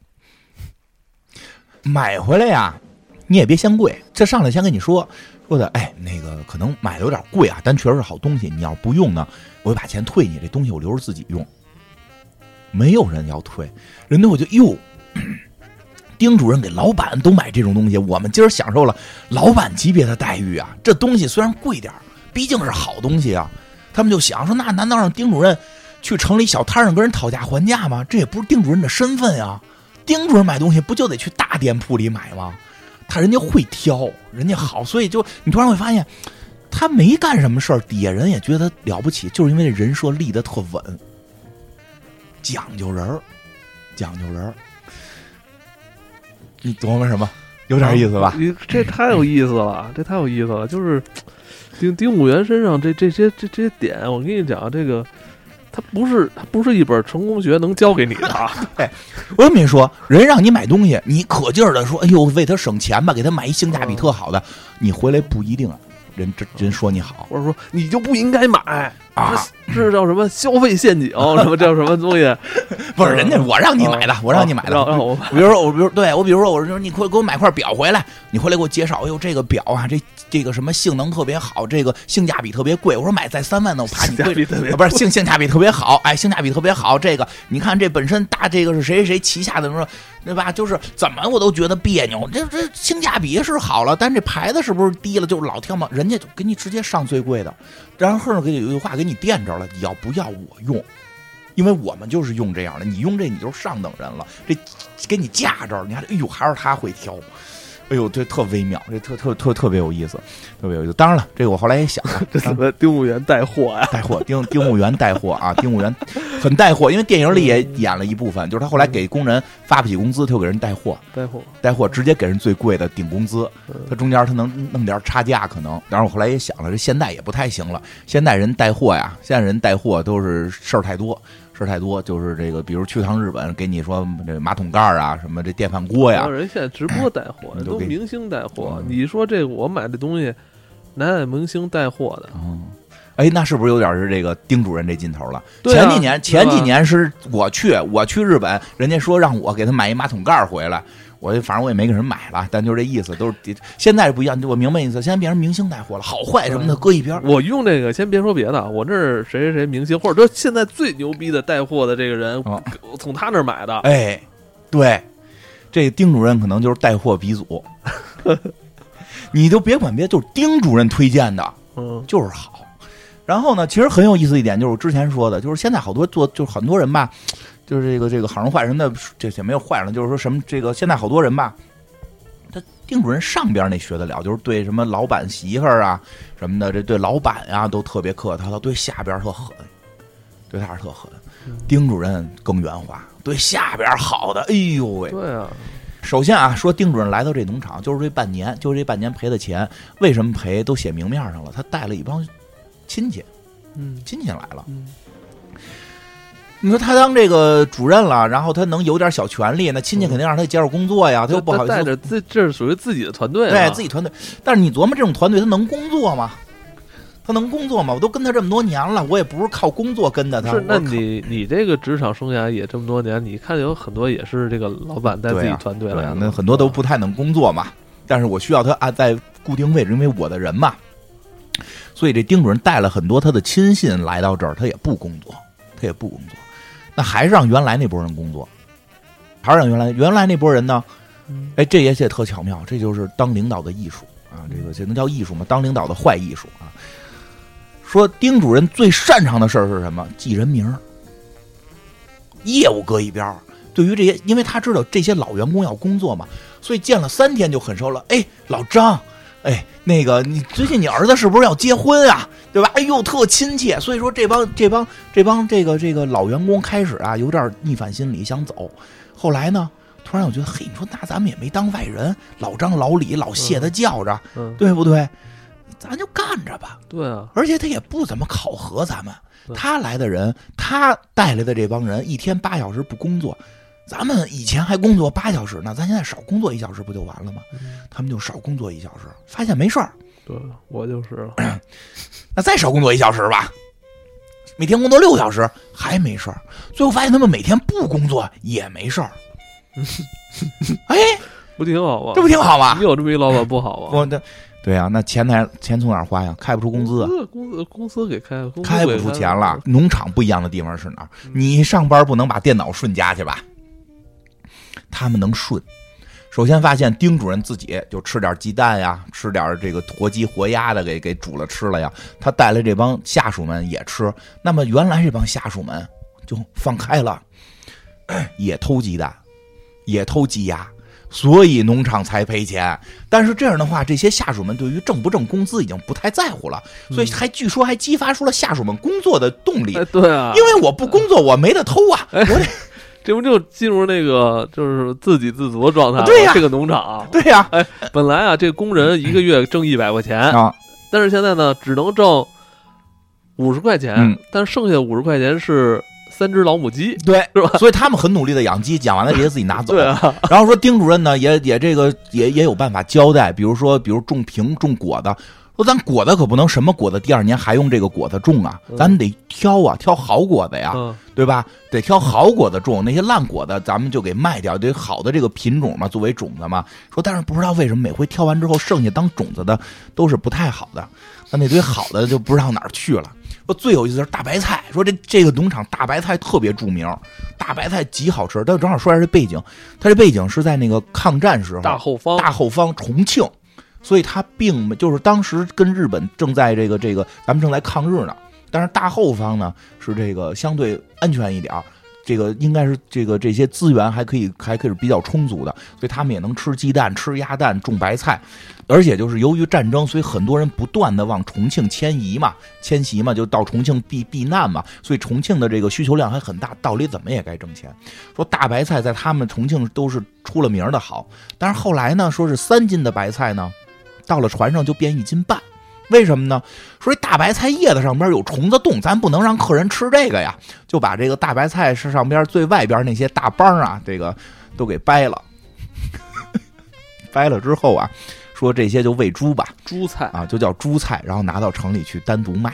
买回来呀，你也别嫌贵，这上来先跟你说说的，哎，那个可能买的有点贵啊，但确实是好东西，你要是不用呢，我就把钱退你，这东西我留着自己用。没有人要退，人家我就哟，丁主任给老板都买这种东西，我们今儿享受了老板级别的待遇啊，这东西虽然贵点，毕竟是好东西啊，他们就想说，那难道让丁主任去城里小摊上跟人讨价还价吗？这也不是丁主任的身份呀。丁主任买东西不就得去大店铺里买吗？他人家会挑，人家好，所以就你突然会发现，他没干什么事儿，底下人也觉得了不起，就是因为人设立得特稳，讲究人儿，讲究人儿。你琢磨什么？有点意思吧？ 你这太有意思了，这太有意思了。就是丁丁务员身上这这些这这些点，我跟你讲，这个。他不是，他不是一本成功学能教给你的。 对，我跟你说，人让你买东西，你可劲儿的说，哎呦，为他省钱吧，给他买一性价比特好的，你回来不一定啊，人这人说你好， 或者说你就不应该买啊， 这叫什么消费陷阱，什么叫什么东西？ 不是人家我让你买的，我让你买的。 我比如说，我比如对我比如说，我说你快给我买块表回来，你回来给我介绍，哎呦，这个表啊，这这个什么性能特别好，这个性价比特别贵。我说买在三万呢，我怕你贵，不是性性价比特别好，哎，性价比特别好。这个你看，这本身大这个是谁谁谁旗下的，说对吧？就是怎么我都觉得别扭。这这性价比是好了，但这牌子是不是低了？就是老挑嘛，人家就给你直接上最贵的，然后给你有句话给你垫着了，你要不要我用？因为我们就是用这样的，你用这你就是上等人了，这给你架着，你看，哎呦，还是他会挑，哎呦，这特微妙，这特特特特别有意思，特别有意思。当然了，这个我后来也想了， 这怎么丁务员带货呀？ 带货，丁丁务员带货啊，丁务员很带货，因为电影里也演了一部分，就是他后来给工人发不起工资，他就给人带货， 带货， 带货，直接给人最贵的顶工资，他中间他能弄点差价可能。当然我后来也想了，这现在也不太行了，现在人带货呀，现在人带货都是事儿太多。事太多，就是这个，比如去趟日本，给你说这马桶盖啊，什么这电饭锅呀， 人现在直播带货，都明星带货。你说这个我买的东西，哪有明星带货的？ 嗯， 哎，那是不是有点是这个丁主任这劲头了？ 对啊、 前几年前几年是我去我去日本，人家说让我给他买一马桶盖回来。我反正我也没给人买了，但就是这意思，都是现在不一样。我明白意思，现在变成明星带货了，好坏什么的搁一边。 我用这个，先别说别的，我这是谁谁谁明星，或者说现在最牛逼的带货的这个人，哦、从他那儿买的。 哎，对，这丁主任可能就是带货鼻祖。你就别管别，就是丁主任推荐的， 嗯， 就是好。然后呢，其实很有意思一点，就是我之前说的，就是现在好多做，就是很多人吧。就是这个这个好人坏人的，这些没有坏人，就是说什么这个现在好多人吧，他丁主任上边那学得了，就是对什么老板媳妇儿啊什么的，这对老板啊都特别客套，他对下边特狠，对他是特狠。丁主任更圆滑，对下边好的，哎呦喂！ 对啊， 首先啊，说丁主任来到这农场就是这半年，就是这半年赔的钱，为什么赔都写明面上了，他带了一帮亲戚， 嗯， 亲戚来了， 嗯。 你说他当这个主任了，然后他能有点小权利，那亲戚肯定让他接手工作呀，他又不好意思。 带着自这是属于自己的团队， 对自己团队。但是你琢磨这种团队，他能工作吗？他能工作吗？我都跟他这么多年了，我也不是靠工作跟的他。 是，那你你这个职场生涯也这么多年，你看有很多也是这个老板带自己团队来的， 对啊，那很多都不太能工作嘛。但是我需要他啊在固定位置，因为我的人嘛。所以这丁主任带了很多他的亲信来到这儿，他也不工作，他也不工作。那还是让原来那波人工作，还是让原来原来那波人呢？哎，这也写特巧妙，这就是当领导的艺术啊！这个这能叫艺术吗？当领导的坏艺术啊！说丁主任最擅长的事儿是什么？记人名，业务搁一边。对于这些，因为他知道这些老员工要工作嘛，所以见了三天就很熟了。哎，老张。哎，那个，你最近你儿子是不是要结婚啊？对吧？哎呦，特亲切。所以说，这帮这帮这帮这个这个老员工开始啊，有点逆反心理，想走。后来呢，突然我觉得，嘿，你说那咱们也没当外人，老张老李老谢的叫着， 嗯， 对不对？咱就干着吧。 对啊， 而且他也不怎么考核咱们，他来的人，他带来的这帮人，一天八小时不工作。咱们以前还工作八小时呢，咱现在少工作一小时不就完了吗？嗯、他们就少工作一小时，发现没事儿。 对，我就是那再少工作一小时吧，每天工作六小时还没事儿。最后发现他们每天不工作也没事儿。哎， 不挺好吗？ 这不挺好吗？ 你有这么一老板不好吗？ 我的，对啊，那钱哪钱从哪儿花呀？开不出工资啊！ 公司公司给开，公司开不出钱了。农场不一样的地方是哪儿？你上班不能把电脑顺家去吧？他们能顺。首先发现丁主任自己就吃点鸡蛋呀，吃点这个活鸡活鸭的给给煮了吃了呀。他带来这帮下属们也吃。那么原来这帮下属们就放开了，也偷鸡蛋，也偷鸡鸭，所以农场才赔钱。但是这样的话，这些下属们对于挣不挣工资已经不太在乎了，所以还据说还激发出了下属们工作的动力。 哎，对啊， 因为我不工作，我没得偷啊， 哎、我得。这不就进入那个就是自给自足的状态了？ 对呀， 这个农场， 对呀， 哎，本来啊，这个工人一个月挣一百块钱啊， 但是现在呢，只能挣五十块钱， 嗯、 但剩下五十块钱是三只老母鸡， 对， 是吧？ 所以他们很努力的养鸡，养完了这些自己拿走。 对啊， 然后说丁主任呢，也也这个也也有办法交代，比如说，比如种苹种果子。说咱果子可不能什么果子第二年还用这个果子种啊，咱们得挑啊，挑好果子呀， 嗯、 对吧？得挑好果子种，那些烂果子咱们就给卖掉，得好的这个品种嘛，作为种子嘛。说但是不知道为什么每回挑完之后，剩下当种子的都是不太好的，那那堆好的就不知道哪儿去了。说最有意思的是大白菜，说这这个农场大白菜特别著名，大白菜极好吃。但正好说一下这背景，它这背景是在那个抗战时候， 大后方， 大后方重庆。所以他并没就是当时跟日本正在这个这个咱们正在抗日呢，但是大后方呢是这个相对安全一点，这个应该是这个这些资源还可以还可以是比较充足的，所以他们也能吃鸡蛋、吃鸭蛋、种白菜，而且就是由于战争，所以很多人不断的往重庆迁移嘛，迁徙嘛，就到重庆避避难嘛，所以重庆的这个需求量还很大，道理怎么也该挣钱。说大白菜在他们重庆都是出了名的好，但是后来呢，说是三斤的白菜呢。到了船上就变一斤半，为什么呢？说这大白菜叶子上边有虫子洞，咱不能让客人吃这个呀，就把这个大白菜是上边最外边那些大帮啊，这个都给掰了。掰了之后啊，说这些就喂猪吧， 猪菜啊，就叫猪菜，然后拿到城里去单独卖。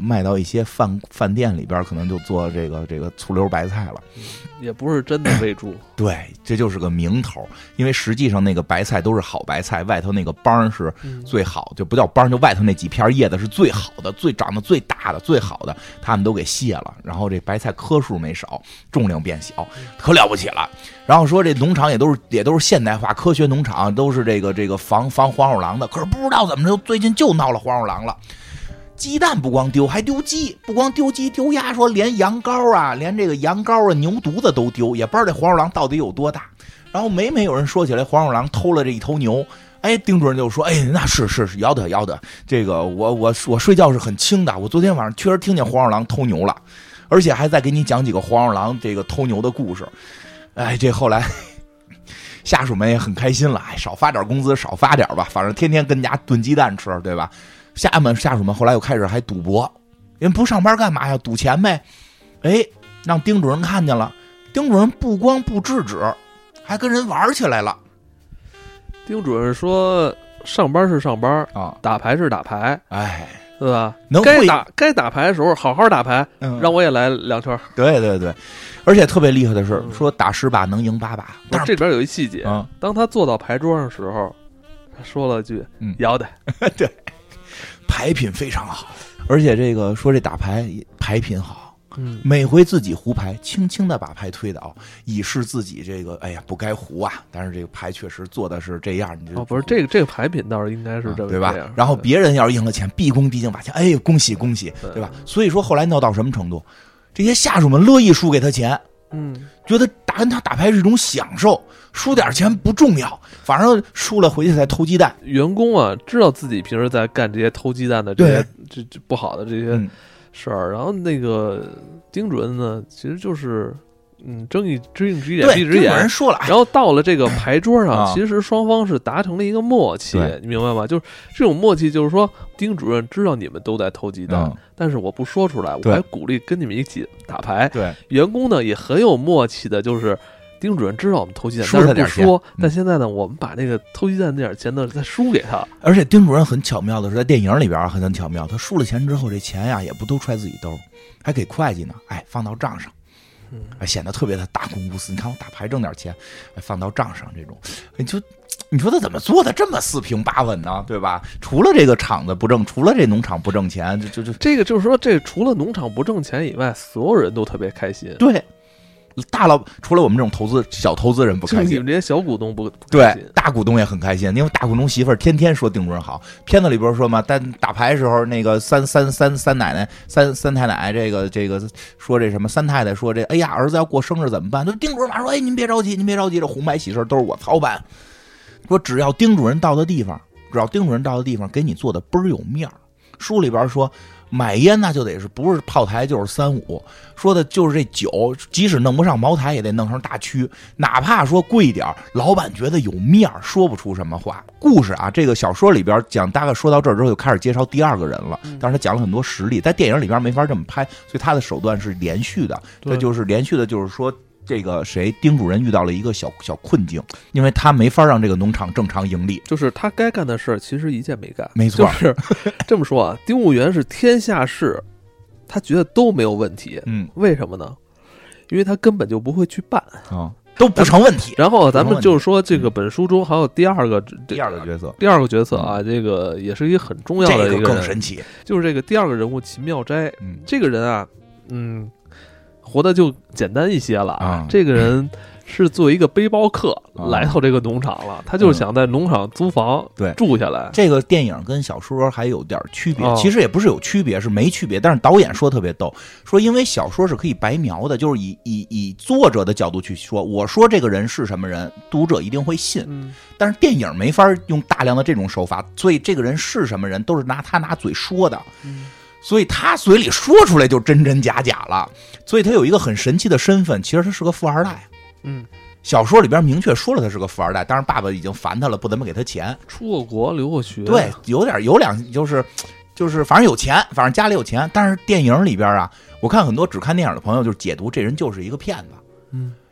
卖到一些饭饭店里边，可能就做这个这个醋溜白菜了。 也不是真的喂猪。 对，这就是个名头，因为实际上那个白菜都是好白菜，外头那个帮是最好，嗯、就不叫帮，就外头那几片叶子是最好的，最长得最大的、最好的，他们都给卸了。然后这白菜颗数没少，重量变小，可了不起了。然后说这农场也都是也都是现代化科学农场，都是这个这个防防黄鼠狼的。可是不知道怎么着，最近就闹了黄鼠狼了。鸡蛋不光丢，还丢鸡，不光丢鸡丢鸭，说连羊羔啊，连这个羊羔啊、牛犊子都丢，也不知道这黄鼠狼到底有多大。然后每每有人说起来黄鼠狼偷了这一头牛，哎，丁主任就说：“哎，那是是是，要得要得，这个我我我睡觉是很轻的，我昨天晚上确实听见黄鼠狼偷牛了，而且还在给你讲几个黄鼠狼这个偷牛的故事。”哎，这后来下属们也很开心了，哎，少发点工资，少发点吧，反正天天跟家炖鸡蛋吃，对吧？下面下属们后来又开始还赌博，人不上班干嘛呀？赌钱呗。哎，让丁主任看见了，丁主任不光不制止，还跟人玩起来了。 丁主任说：“上班是上班啊， 打牌是打牌， 哎， 对吧？ 能该打该打牌的时候好好打牌，嗯、让我也来两圈。”对对对，而且特别厉害的是，嗯、说打十把能赢八把。 但是这里边有一细节，嗯、当他坐到牌桌上的时候，他说了句：“嗯，要得。” 对。牌品非常好，而且这个说这打牌牌品好，嗯，每回自己胡牌，轻轻的把牌推倒，以示自己这个哎呀不该胡啊。但是这个牌确实做的是这样，你哦不是这个这个牌品倒是应该是这么、 啊、对吧？然后别人要是赢了钱，毕恭毕敬把钱，哎，恭喜恭喜，对吧？所以说后来闹到什么程度，这些下属们乐意输给他钱， 嗯， 觉得打跟他打牌是一种享受。输点钱不重要，反正输了回去再偷鸡蛋。 员工啊，知道自己平时在干这些偷鸡蛋的这些这这不好的这些事儿、嗯，然后那个丁主任呢，其实就是嗯睁一只一只眼闭一只眼。 人说了， 然后到了这个牌桌上， 啊、 其实双方是达成了一个默契，你明白吗？就是这种默契，就是说丁主任知道你们都在偷鸡蛋，嗯、但是我不说出来，我还鼓励跟你们一起打牌。 对， 员工呢也很有默契的，就是。丁主任知道我们偷鸡蛋，但是不说。嗯、但现在呢，我们把那个偷鸡蛋那点钱呢再输给他。 而且丁主任很巧妙的是，在电影里边很很巧妙，他输了钱之后，这钱呀也不都揣自己兜，还给会计呢，哎，放到账上，嗯，哎，显得特别的大公无私。你看我打牌挣点钱，哎，放到账上，这种，你就你说他怎么做的这么四平八稳呢？对吧？除了这个厂子不挣，除了这农场不挣钱，就就就这个就是说，这除了农场不挣钱以外，所有人都特别开心。 对。大老除了我们这种投资小投资人不开心， 你们这些小股东不不开心，对，大股东也很开心，因为大股东媳妇儿天天说丁主任好。片子里边说嘛，但打牌时候那个三三三三奶奶三三太奶这个这个说这什么三太太说这哎呀儿子要过生日怎么办？就丁主任马上说哎您别着急您别着急，这红白喜事都是我操办。说只要丁主任到的地方，只要丁主任到的地方给你做的倍儿有面儿。书里边说。买烟那就得是不是炮台就是三五，说的就是这酒，即使弄不上茅台也得弄上大曲，哪怕说贵一点，老板觉得有面儿，说不出什么话。故事啊，这个小说里边讲，大概说到这儿之后就开始介绍第二个人了，但是他讲了很多实例，在电影里边没法这么拍，所以他的手段是连续的，这就是连续的，就是说。这个谁丁主任遇到了一个小小困境，因为他没法让这个农场正常盈利， 就是他该干的事其实一件没干。 没错， 就是这么说啊，丁务员是天下事，他觉得都没有问题。 嗯， 为什么呢？因为他根本就不会去办啊、哦，都不成问题。 然后咱们就是说，这个本书中还有第二个、嗯、 第二个角色， 第二个角色啊，嗯、这个也是一个很重要的一个人， 这个更神奇， 就是这个第二个人物秦妙斋。 嗯， 这个人啊，嗯。活得就简单一些了啊！ 这个人是作为一个背包客来到这个农场了，他就是想在农场租房对住下来。 这个电影跟小说还有点区别， 哦、 其实也不是有区别，是没区别。但是导演说特别逗，说因为小说是可以白描的，就是以以以作者的角度去说，我说这个人是什么人，读者一定会信。 嗯， 但是电影没法用大量的这种手法，所以这个人是什么人都是拿他拿嘴说的。 嗯。 所以他嘴里说出来就真真假假了，所以他有一个很神奇的身份，其实他是个富二代。 嗯， 小说里边明确说了他是个富二代，当然爸爸已经烦他了，不怎么给他钱。 出过国，留过学， 对，有点有两就是就是反正有钱，反正家里有钱。但是电影里边啊，我看很多只看电影的朋友就是解读这人就是一个骗子。 嗯，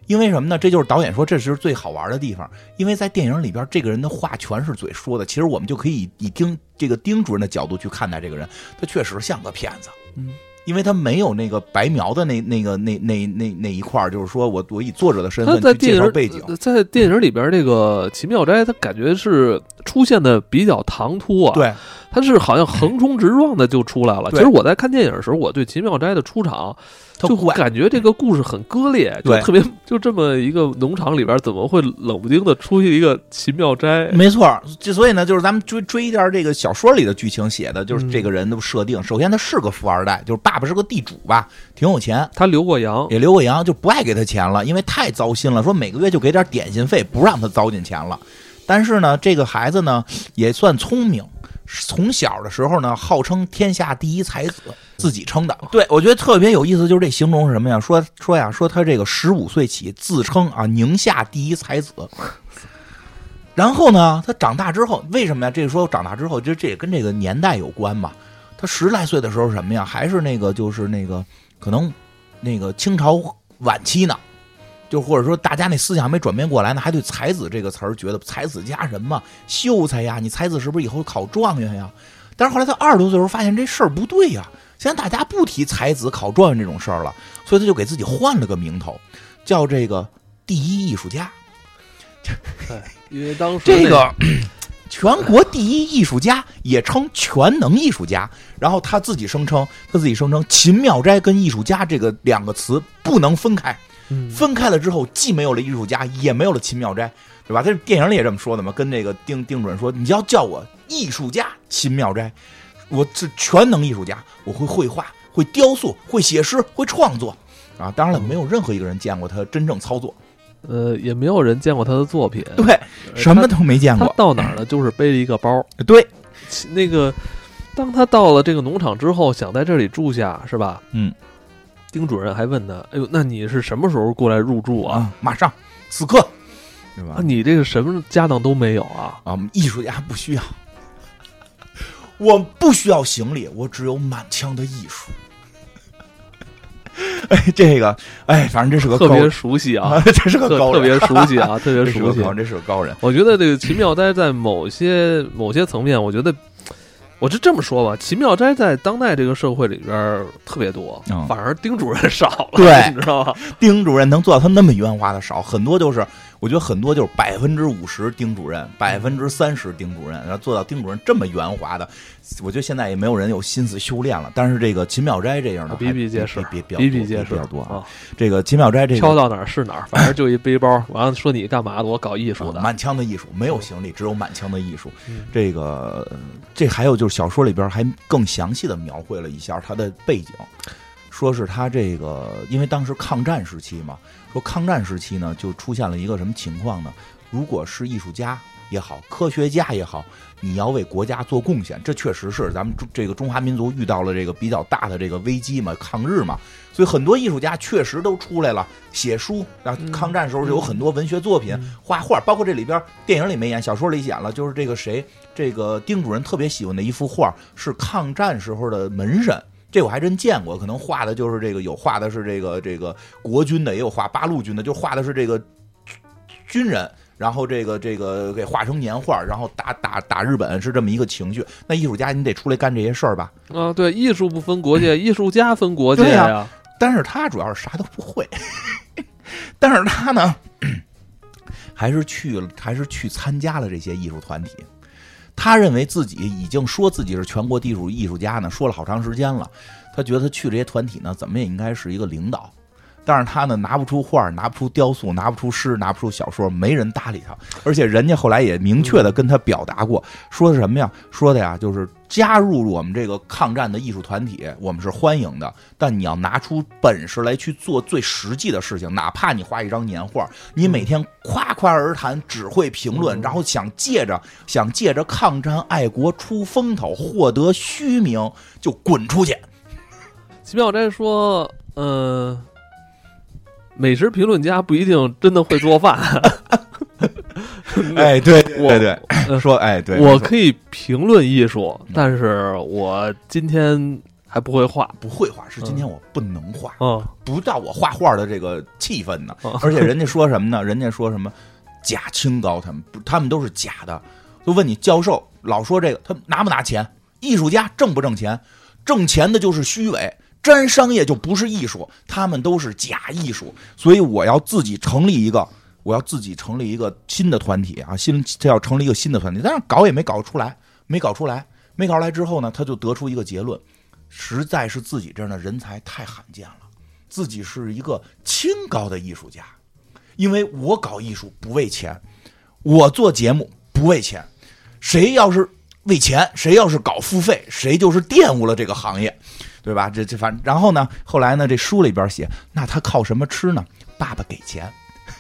因为什么呢？这就是导演说这是最好玩的地方，因为在电影里边，这个人的话全是嘴说的，其实我们就可以以丁这个丁主任的角度去看待这个人，他确实像个骗子， 嗯。 因为他没有那个白描的那那个那那那那一块，就是说我我以作者的身份去介绍背景。 在电影里边，这个齐妙斋他感觉是出现的比较唐突啊， 对， 他是好像横冲直撞的就出来了。其实我在看电影的时候，我对齐妙斋的出场就感觉这个故事很割裂，就特别就这么一个农场里边，怎么会冷不丁的出现一个齐妙斋？ 没错，就所以呢，就是咱们追追一点这个小说里的剧情写的，就是这个人的设定。嗯、首先，他是个富二代，就是爸爸是个地主吧，挺有钱。 他留过洋， 也留过洋，就不爱给他钱了，因为太糟心了。说每个月就给点点心费，不让他糟践钱了。但是呢，这个孩子呢也算聪明。从小的时候呢，号称天下第一才子，自己称的。对，我觉得特别有意思，就是这形容是什么呀？说说呀，说他这个十五岁起自称啊宁夏第一才子。然后呢，他长大之后，为什么呀？这个说长大之后，就这也跟这个年代有关嘛。他十来岁的时候什么呀？还是那个就是那个可能那个清朝晚期呢。就或者说大家那思想没转变过来呢，还对才子这个词儿觉得才子佳人嘛，秀才呀，你才子是不是以后考状元呀？但是后来他二十多岁的时候发现这事儿不对呀，现在大家不提才子考状元这种事儿了，所以他就给自己换了个名头，叫这个第一艺术家。 因为当时这个全国第一艺术家也称全能艺术家，然后他自己声称，他自己声称秦妙斋跟艺术家这个两个词不能分开。分开了之后，既没有了艺术家，也没有了秦妙斋，对吧？他电影里也这么说的嘛，跟那个丁丁主任说，你要叫我艺术家秦妙斋，我是全能艺术家，我会绘画，会雕塑，会写诗，会创作啊。当然了，没有任何一个人见过他真正操作， 呃，也没有人见过他的作品， 对，什么都没见过。 他到哪儿呢？就是背了一个包， 对， 那个当他到了这个农场之后，想在这里住下，是吧？ 嗯。 丁主任还问他：“哎呦，那你是什么时候过来入住啊？ 啊马上，此刻，对吧？ 啊、你这个什么家当都没有啊？ 啊，艺术家不需要，我不需要行李，我只有满腔的艺术。哎，这个，哎，反正这是个特别熟悉啊， 这是个高人， 特别熟悉啊，特别熟悉， 这是个高人。 我觉得这个秦妙斋在某些某些层面，我觉得。”我是这么说吧，秦妙斋在当代这个社会里边特别多，嗯、反而丁主任少了， 对， 你知道吗？ 丁主任能做到他那么圆滑的少，很多就是我觉得很多就是百分之五十丁主任，百分之三十丁主任，然后做到丁主任这么圆滑的，我觉得现在也没有人有心思修炼了。但是这个秦妙斋这样的比比皆是， 比比比比皆是比较多啊。这个秦妙斋这个挑到哪儿是哪儿，反正就一背包，完了说你干嘛的？我搞艺术的， 满腔的艺术，没有行李，只有满腔的艺术。嗯、这个这还有就是小说里边还更详细的描绘了一下他的背景。说是他这个，因为当时抗战时期嘛，说抗战时期呢，就出现了一个什么情况呢？如果是艺术家也好，科学家也好，你要为国家做贡献，这确实是咱们这个中华民族遇到了这个比较大的这个危机嘛，抗日嘛，所以很多艺术家确实都出来了，写书。然后抗战时候就有很多文学作品、嗯、画画，包括这里边电影里没演，小说里演了，就是这个谁，这个丁主任特别喜欢的一幅画是抗战时候的门神。这我还真见过，可能画的就是这个，有画的是这个这个国军的，也有画八路军的，就画的是这个军人，然后这个这个给画成年画，然后打打打日本，是这么一个情绪。那艺术家你得出来干这些事儿吧？ 啊，对，艺术不分国界，艺术家分国界呀、啊。 但是他主要是啥都不会，但是他呢，还是去了，还是去参加了这些艺术团体。他认为自己已经说自己是全国第一艺术家呢，说了好长时间了。他觉得他去这些团体呢，怎么也应该是一个领导。但是他呢，拿不出画，拿不出雕塑，拿不出诗，拿不出小说，没人搭理他。而且人家后来也明确的跟他表达过，说的什么呀？说的呀，就是加入我们这个抗战的艺术团体，我们是欢迎的。但你要拿出本事来去做最实际的事情，哪怕你画一张年画，你每天夸夸而谈，只会评论，然后想借着想借着抗战爱国出风头，获得虚名，就滚出去。 齐妙斋说，嗯、呃。美食评论家不一定真的会做饭。 哎，对对对，说哎，对， 我可以评论艺术，但是我今天还不会画， 不会画，是今天我不能画， 嗯， 不到我画画的这个气氛呢。而且人家说什么呢？人家说什么假清高，他们不，他们都是假的。就问你教授老说这个，他拿不拿钱？艺术家挣不挣钱？挣钱的就是虚伪，沾商业就不是艺术，他们都是假艺术。所以我要自己成立一个，我要自己成立一个新的团体啊，新这要成立一个新的团体，但是搞也没搞出来，没搞出来，没搞出来之后呢，他就得出一个结论。实在是自己这样的人才太罕见了，自己是一个清高的艺术家，因为我搞艺术不为钱，我做节目不为钱，谁要是为钱，谁要是搞付费，谁就是玷污了这个行业，对吧？这这反然后呢，后来呢，这书里边写，那他靠什么吃呢？爸爸给钱。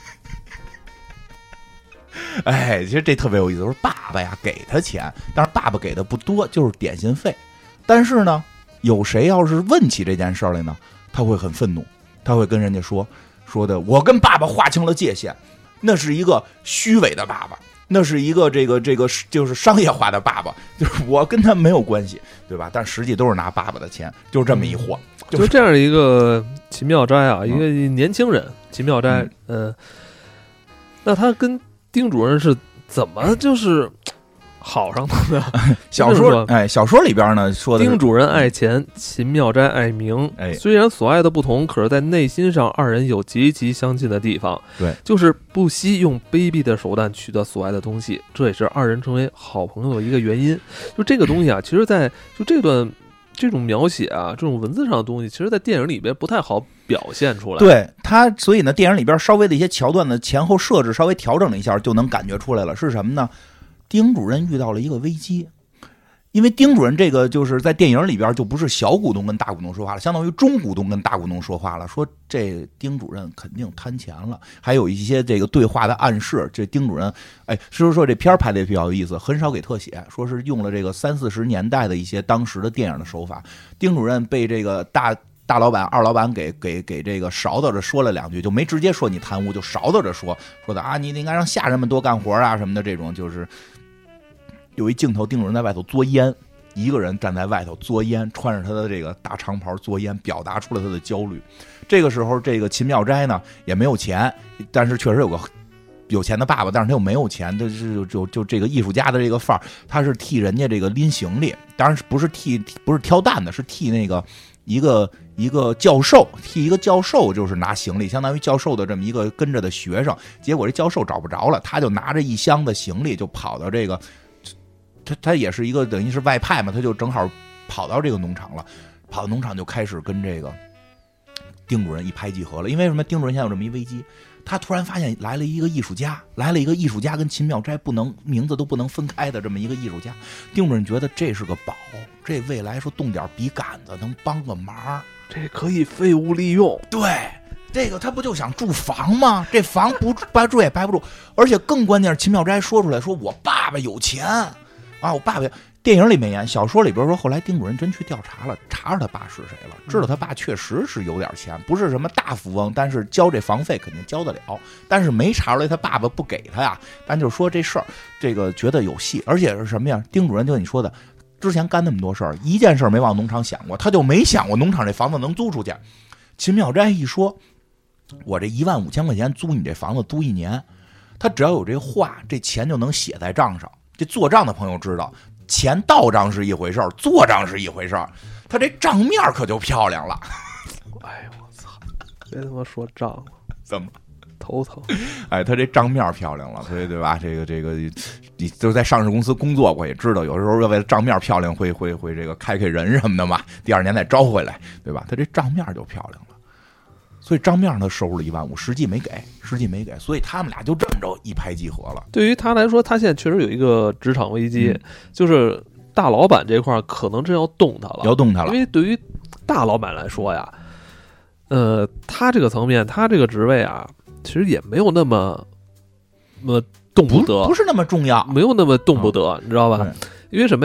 哎，其实这特别有意思，说爸爸呀给他钱，但是爸爸给的不多，就是点心费，但是呢。有谁要是问起这件事来呢？他会很愤怒，他会跟人家说说的，我跟爸爸划清了界限，那是一个虚伪的爸爸，那是一个这个这个就是商业化的爸爸，就是我跟他没有关系，对吧？但实际都是拿爸爸的钱，就是这么一货， 嗯、就这样一个秦妙斋啊，一个年轻人，秦妙斋，嗯、呃，那他跟丁主任是怎么就是？好上的小说，哎，小说里边呢说的丁主任爱钱，秦妙斋爱名。 哎， 虽然所爱的不同，可是在内心上二人有极其相近的地方。 对， 就是不惜用卑鄙的手段取得所爱的东西，这也是二人成为好朋友的一个原因。就这个东西啊，其实在就这段这种描写啊，这种文字上的东西，其实在电影里边不太好表现出来。 对他，所以呢，电影里边稍微的一些桥段的前后设置稍微调整了一下，就能感觉出来了。是什么呢？丁主任遇到了一个危机，因为丁主任这个就是在电影里边就不是小股东跟大股东说话了，相当于中股东跟大股东说话了，说这丁主任肯定贪钱了，还有一些这个对话的暗示。这丁主任，哎，所以说这片拍的也比较有意思，很少给特写，说是用了这个三四十年代的一些当时的电影的手法。丁主任被这个大大老板、二老板给给给这个勺叨着说了两句，就没直接说你贪污，就勺叨着说说的啊，你应该让下人们多干活啊什么的，这种就是。有一镜头，丁主任在外头嘬烟，一个人站在外头嘬烟，穿着他的这个大长袍嘬烟，表达出了他的焦虑。这个时候，这个秦妙斋呢也没有钱，但是确实有个有钱的爸爸，但是他又没有钱，就是就就就这个艺术家的这个范儿，他是替人家这个拎行李，当然不是替不是挑担的，是替那个一个一个教授，替一个教授就是拿行李，相当于教授的这么一个跟着的学生。结果这教授找不着了，他就拿着一箱的行李就跑到这个。他他也是一个等于是外派嘛，他就正好跑到这个农场了，跑到农场就开始跟这个丁主任一拍即合了。因为什么？丁主任现在有这么一危机，他突然发现来了一个艺术家，来了一个艺术家跟秦妙斋不能名字都不能分开的这么一个艺术家。丁主任觉得这是个宝，这未来说动点笔杆子能帮个忙， 这可以废物利用。 对。这个他不就想住房吗？这房不白住也白不住，而且更关键是秦妙斋说出来说我爸爸有钱。啊，我爸爸电影里没演，小说里边说，后来丁主任真去调查了，查着他爸是谁了，知道他爸确实是有点钱，不是什么大富翁，但是交这房费肯定交得了，但是没查出来他爸爸不给他呀。咱就说这事儿，这个觉得有戏，而且是什么呀？丁主任就你说的，之前干那么多事儿，一件事没往农场想过，他就没想过农场这房子能租出去。秦妙斋一说，我这一万五千块钱租你这房子租一年，他只要有这话，这钱就能写在账上。这做账的朋友知道，钱到账是一回事儿，做账是一回事儿，他这账面可就漂亮了。 哎呦我操！别他妈说账了， 怎么头疼？ 哎，他这账面漂亮了，所以对吧？这个这个，你就在上市公司工作过，也知道有时候为了账面漂亮，会会会这个开开人什么的嘛。第二年再招回来，对吧？他这账面就漂亮了。所以账面上他收入了一万五，实际没给，实际没给，所以他们俩就这么着一拍即合了。 对于他来说，他现在确实有一个职场危机，嗯、就是大老板这块可能真要动他了， 要动他了。 因为对于大老板来说呀，呃，他这个层面，他这个职位啊，其实也没有那么那么动不得， 不是那么重要， 没有那么动不得，嗯、你知道吧？因为什么？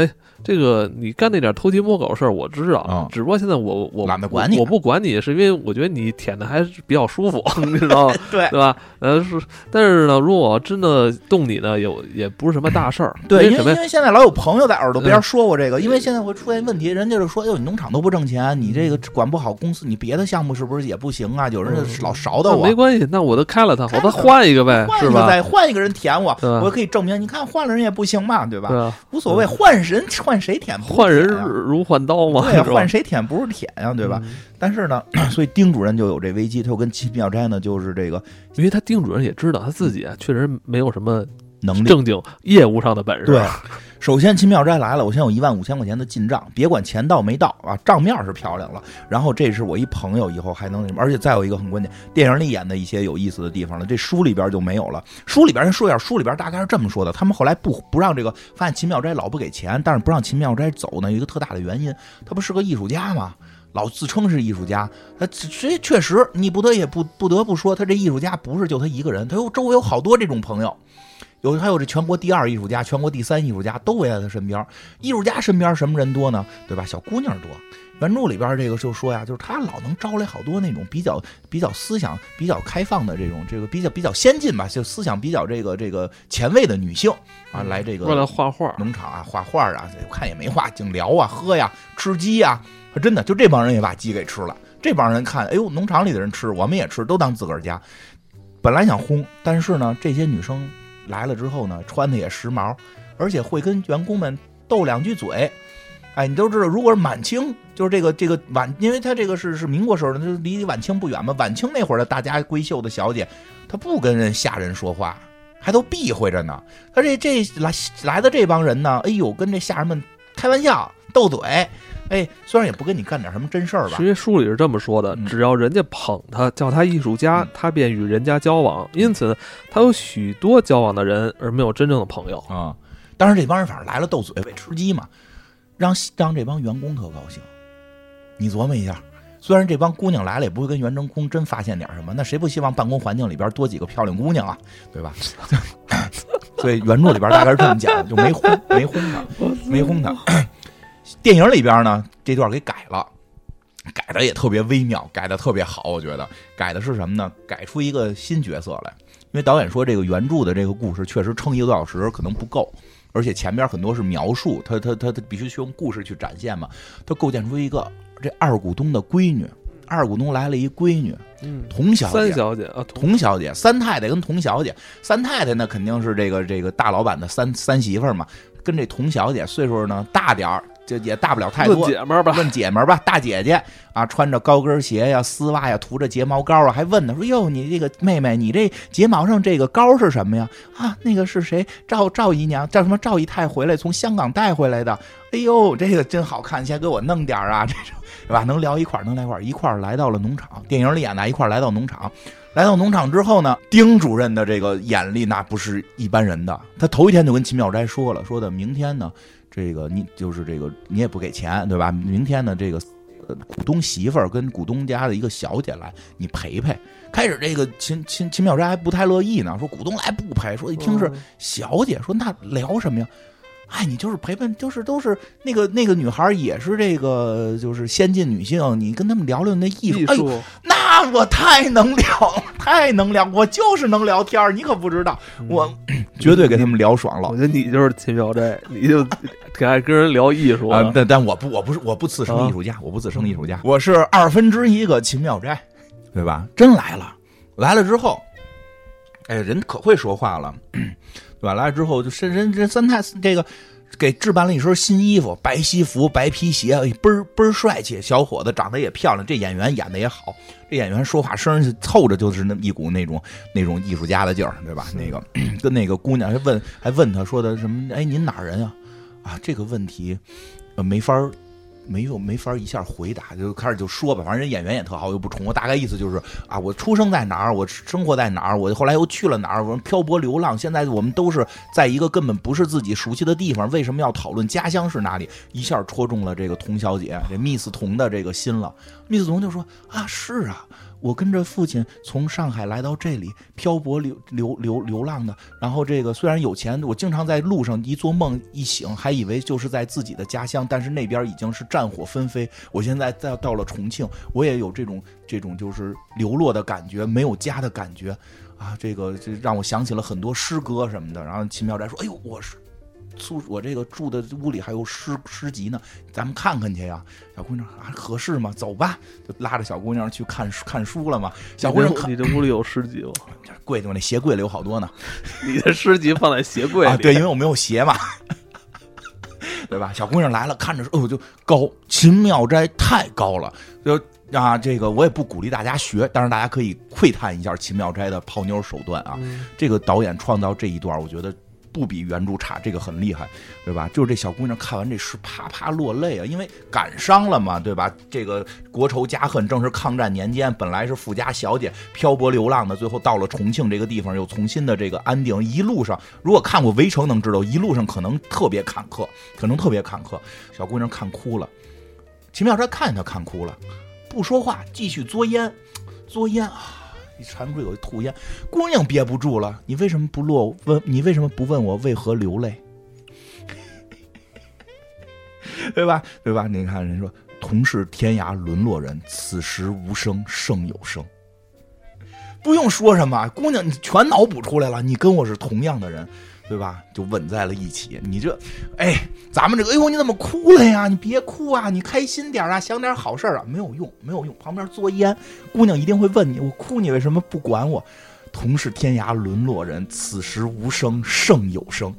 这个你干那点偷鸡摸狗事儿我知道， 嗯、 只不过现在我我懒得管你， 我不管你，是因为我觉得你舔的还是比较舒服，你知道吗？ 对对吧？呃是，但是呢，如果我真的动你呢，也也不是什么大事儿。 对，因为什么？ 因为现在老有朋友在耳朵边说过这个，嗯、因为现在会出现问题，人家就说，哟，你农场都不挣钱，你这个管不好公司，你别的项目是不是也不行啊？有人老勺到我， 没关系，那我都开了他，我再换一个呗， 是吧？ 再换一个人舔我，我可以证明，你看换了人也不行嘛，对吧？ 对啊， 无所谓，换人换谁舔不是舔、啊？ 换人如换刀嘛， 对，换谁舔不是舔呀、啊，对吧？ 嗯、 但是呢，所以丁主任就有这危机，他就跟秦妙斋呢，就是这个， 因为他丁主任也知道他自己啊，确实没有什么能力， 正经业务上的本事。 对，首先秦妙斋来了，我现在有一万五千块钱的进账，别管钱到没到啊，账面是漂亮了。然后这是我一朋友，以后还能，而且再有一个很关键，电影里演的一些有意思的地方了，这书里边就没有了。书里边先说一下，书里边大概是这么说的：他们后来不不让这个，发现秦妙斋老不给钱，但是不让秦妙斋走呢，有一个特大的原因，他不是个艺术家吗？老自称是艺术家，他这确实，你不得也不不得不说，他这艺术家不是就他一个人，他有周围有好多这种朋友。有还有这全国第二艺术家、全国第三艺术家都围在他身边。艺术家身边什么人多呢？对吧？小姑娘多。原著里边这个就说呀，就是他老能招来好多那种比较比较思想比较开放的这种这个比较比较先进吧，就思想比较这个这个前卫的女性啊，来这个过来画画农场啊，画画啊，我看也没画，净聊啊，喝呀，吃鸡呀，真的就这帮人也把鸡给吃了。这帮人看，哎呦，农场里的人吃，我们也吃，都当自个儿家。本来想轰，但是呢，这些女生来了之后呢，穿的也时髦，而且会跟员工们斗两句嘴。哎，你都知道，如果是满清，就是这个这个晚，因为他这个是是民国时候的，就离晚清不远嘛。晚清那会儿的大家闺秀的小姐，她不跟人下人说话，还都避讳着呢。他这这来来的这帮人呢，哎呦，跟这下人们开玩笑斗嘴。哎，虽然也不跟你干点什么真事儿吧。 因为书里是这么说的，只要人家捧他，叫他艺术家， 嗯、 他便与人家交往。因此，他有许多交往的人，而没有真正的朋友啊、嗯。当然，这帮人反正来了斗嘴，为吃鸡嘛。让让这帮员工特高兴，你琢磨一下，虽然这帮姑娘来了，也不会跟袁征空真发现点什么，那谁不希望办公环境里边多几个漂亮姑娘啊，对吧？所以原著里边大概是这么讲，就没轰没轰他，没轰他。电影里边呢，这段给改了，改的也特别微妙，改的特别好，我觉得改的是什么呢？改出一个新角色来，因为导演说这个原著的这个故事确实撑一个多小时可能不够。而且前边很多是描述，他他他他必须去用故事去展现嘛。他构建出一个这二股东的闺女，二股东来了一闺女，嗯，童小姐， 三小姐啊， 童小姐，三太太跟童小姐，三太太呢肯定是这个这个大老板的三三媳妇嘛，跟这童小姐岁数呢大点儿。就也大不了太多， 问姐们儿吧， 问姐们儿吧，大姐姐啊，穿着高跟鞋呀、丝袜呀，涂着睫毛膏啊，还问她说：“哟，你这个妹妹，你这睫毛上这个膏是什么呀？”啊，那个是谁？赵赵姨娘，叫什么？赵姨太回来从香港带回来的。哎呦，这个真好看，先给我弄点啊，这种对吧？能聊一块儿，能来一块儿，一块儿来到了农场。电影里演的，一块儿来到农场。来到农场之后呢，丁主任的这个眼力那不是一般人的。他头一天就跟秦妙斋说了，说的明天呢。这个你就是这个你也不给钱对吧？明天呢，这个呃股东媳妇儿跟股东家的一个小姐来，你陪陪。开始这个秦秦秦妙斋还不太乐意呢，说股东来不陪，说一听是小姐，说那聊什么呀？哎，你就是陪陪，就是都是那个那个女孩也是这个就是先进女性，你跟他们聊聊那艺术。 艺术哎呦，那我太能聊，太能聊，我就是能聊天，你可不知道，我、嗯、绝对给他们聊爽了。 我觉得你就是秦妙斋，你就挺爱跟人聊艺术啊。但但我不，我不是，我不自称艺术家，啊、我不自称艺术家，我是二分之一个秦妙斋，对吧？真来了，来了之后，哎，人可会说话了。对吧？来了之后就人人这三太这个给置办了一身新衣服，白西服、白皮鞋，倍儿倍儿帅气。小伙子长得也漂亮，这演员演的也好，这演员说话声凑着就是那一股那种那种艺术家的劲儿，对吧？那个跟那个姑娘还问还问他说的什么？哎，您哪人啊？啊，这个问题呃没法儿。没有没法一下回答，就开始就说吧，反正人演员也特好，又不重。我大概意思就是啊，我出生在哪儿，我生活在哪儿，我后来又去了哪儿，我们漂泊流浪，现在我们都是在一个根本不是自己熟悉的地方，为什么要讨论家乡是哪里？一下戳中了这个童小姐，这密斯童的这个心了。密斯童就说啊，是啊， 我跟着父亲从上海来到这里，漂泊流流流流浪的。然后这个虽然有钱，我经常在路上一做梦一醒，还以为就是在自己的家乡，但是那边已经是战火纷飞。我现在在到了重庆，我也有这种这种就是流落的感觉，没有家的感觉啊。这个这让我想起了很多诗歌什么的。然后秦妙斋说：“哎呦，我是。”住我这个住的屋里还有诗诗集呢，咱们看看去呀。小姑娘啊，合适吗？走吧，就拉着小姑娘去看看书了嘛。小姑娘看， 你这屋里有诗集吗？ 柜子，我那鞋柜里有好多呢。 你的诗集放在鞋柜里？ 啊，对，因为我没有鞋嘛，对吧？小姑娘来了，看着说，哦，就高，秦妙斋太高了，就啊，这个我也不鼓励大家学，但是大家可以窥探一下秦妙斋的泡妞手段啊。嗯、这个导演创造这一段，我觉得。不比原著差，这个很厉害，对吧？就是这小姑娘看完这诗，啪啪落泪啊，因为感伤了嘛，对吧？这个国仇家恨，正是抗战年间，本来是富家小姐漂泊流浪的，最后到了重庆这个地方，又重新的这个安定。一路上，如果看过《围城》，能知道一路上可能特别坎坷，可能特别坎坷。小姑娘看哭了，秦妙斋看见她看哭了，不说话，继续嘬烟，嘬烟啊。一馋嘴有一吐烟，姑娘憋不住了，你为什么不落问？你为什么不问我为何流泪？对吧？对吧？你看人说同是天涯沦落人，此时无声胜有声。不用说什么，姑娘你全脑补出来了，你跟我是同样的人。对吧？就吻在了一起。你这，哎，咱们这个，哎呦，你怎么哭了呀？你别哭啊，你开心点啊，想点好事啊。没有用，没有用。旁边嘬烟，姑娘一定会问你：我哭，你为什么不管我？同是天涯沦落人，此时无声胜有声。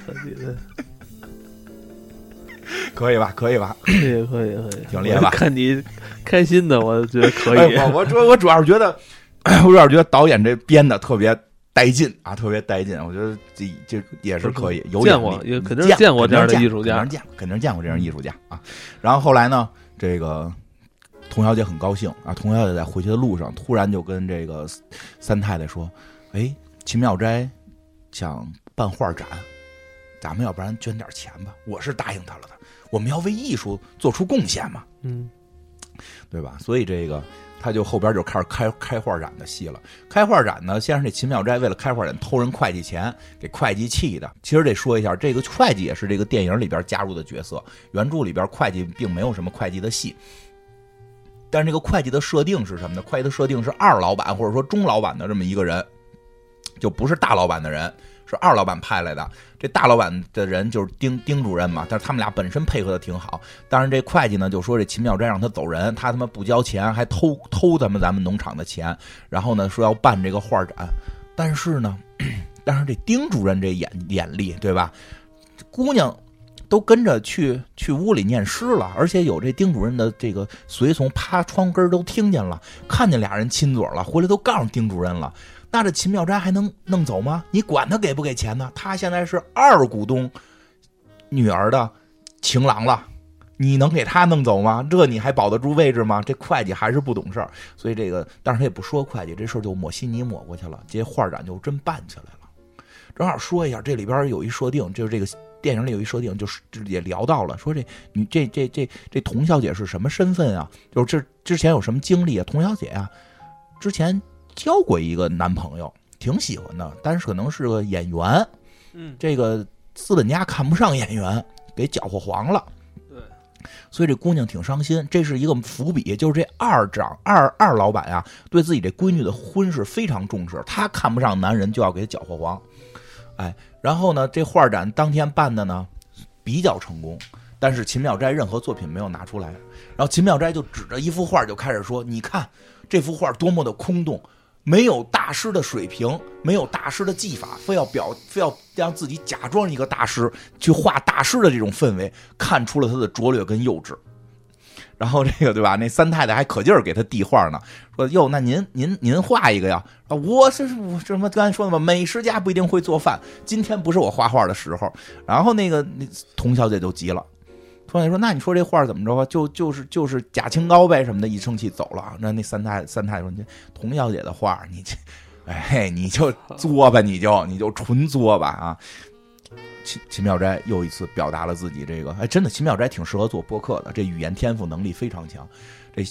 可以吧？可以吧？ 可以，可以，可以， 挺厉害吧？ 看你开心的，我觉得可以。 哎、我我我主要是觉得，我主要是觉得导演这编的特别。带劲啊，特别带劲！我觉得这这也是可以，有见过，也肯定是见过这样的艺术家， 肯定见过，肯定见过这样的艺术家啊。然后后来呢，这个童小姐很高兴啊，童小姐在回去的路上，突然就跟这个三太太说：“哎，秦妙斋想办画展，咱们要不然捐点钱吧？我是答应他了的，我们要为艺术做出贡献嘛， 嗯， 对吧？所以这个。”他就后边就开始开开画展的戏了。开画展呢，先是这秦妙斋为了开画展偷人会计钱，给会计气的。其实得说一下，这个会计也是这个电影里边加入的角色，原著里边会计并没有什么会计的戏。但是这个会计的设定是什么呢？会计的设定是二老板或者说中老板的这么一个人，就不是大老板的人，是二老板派来的。这大老板的人就是丁丁主任嘛，但是他们俩本身配合的挺好。当然这会计呢就说这秦妙斋让他走人，他他妈不交钱，还偷偷咱们咱们农场的钱，然后呢说要办这个画展。但是呢，但是这丁主任这眼眼力，对吧？姑娘都跟着去去屋里念诗了，而且有这丁主任的这个随从趴窗根都听见了，看见俩人亲嘴了，回来都告诉丁主任了。那这秦妙斋还能弄走吗？你管他给不给钱呢？他现在是二股东女儿的情郎了，你能给他弄走吗？这你还保得住位置吗？这会计还是不懂事儿，所以这个，但是他也不说会计，这事儿就抹稀泥抹过去了。这画展就真办起来了。正好说一下，这里边有一设定，就是这个电影里有一设定，就是也聊到了，说这你这这这这童小姐是什么身份啊？就是这之前有什么经历啊？童小姐啊，之前。交过一个男朋友，挺喜欢的，但是可能是个演员， 嗯， 这个资本家看不上演员，给搅和黄了， 对， 所以这姑娘挺伤心。这是一个伏笔，就是这二长二二老板啊，对自己这闺女的婚事非常重视，他看不上男人就要给搅和黄，哎，然后呢，这画展当天办的呢比较成功，但是秦妙斋任何作品没有拿出来，然后秦妙斋就指着一幅画就开始说：“你看这幅画多么的空洞。”没有大师的水平，没有大师的技法，非要表，非要让自己假装一个大师，去画大师的这种氛围，看出了他的拙劣跟幼稚。然后这个对吧？那三太太还可劲儿给他递画呢，说：“哟，那您您您画一个呀？啊，我是我什么刚才说的嘛，美食家不一定会做饭，今天不是我画画的时候。”然后那个那童小姐就急了。童小姐说：“那你说这画怎么着啊？就就是就是假清高呗什么的。”一生气走了。那那三太三太说：“你童小姐的画，你这，哎，你就作吧，你就你就纯作吧啊！”秦秦妙斋又一次表达了自己这个，哎，真的秦妙斋挺适合做播客的，这语言天赋能力非常强。这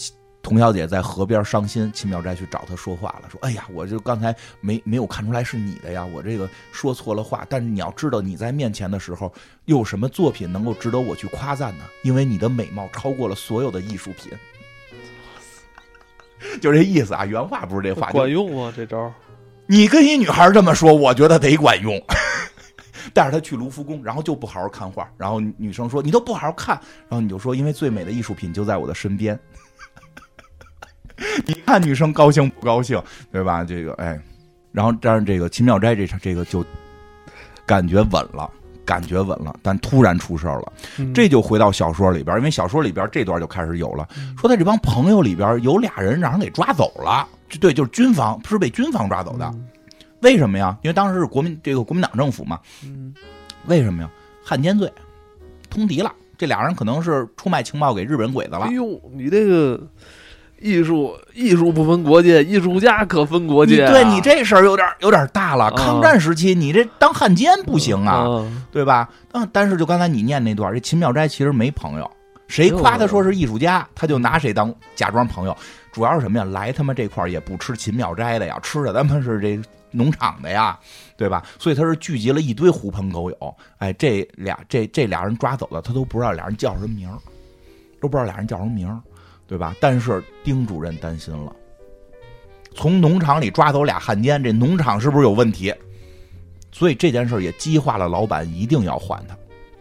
童小姐在河边伤心，秦妙斋去找她说话了，说：“哎呀，我就刚才没没有看出来是你的呀，我这个说错了话。但是你要知道，你在面前的时候，又有什么作品能够值得我去夸赞呢？因为你的美貌超过了所有的艺术品。”就这意思啊，原话不是这话， 管用吗？这招？ 你跟一女孩这么说，我觉得得管用。带着她去卢浮宫，然后就不好好看画，然后女生说：“你都不好好看。”然后你就说：“因为最美的艺术品就在我的身边。”你看女生高兴不高兴，对吧？这个哎，然后这样这个秦妙斋这场这个就感觉稳了，感觉稳了，但突然出事了。 嗯、 这就回到小说里边，因为小说里边这段就开始有了，说他这帮朋友里边有俩人让人给抓走了，对，就是军方，是被军方抓走的。 嗯、 为什么呀？因为当时是国民这个国民党政府嘛。 嗯， 为什么呀？汉奸罪，通敌了。这俩人可能是出卖情报给日本鬼子了。 哎呦，你这个。艺术艺术不分国界，艺术家可分国界、啊。 对你这事儿有点有点大了。抗战时期，你这当汉奸不行啊， 啊对吧？但但是就刚才你念那段，这秦妙斋其实没朋友，谁夸他说是艺术家，他就拿谁当假装朋友。主要是什么呀？来他妈这块儿也不吃秦妙斋的呀，吃的他妈是这农场的呀，对吧？所以他是聚集了一堆狐朋狗友。哎，这俩这这俩人抓走了，他都不知道俩人叫什么名儿，都不知道俩人叫什么名儿。对吧？但是丁主任担心了，从农场里抓走俩汉奸，这农场是不是有问题？所以这件事也激化了老板一定要还他，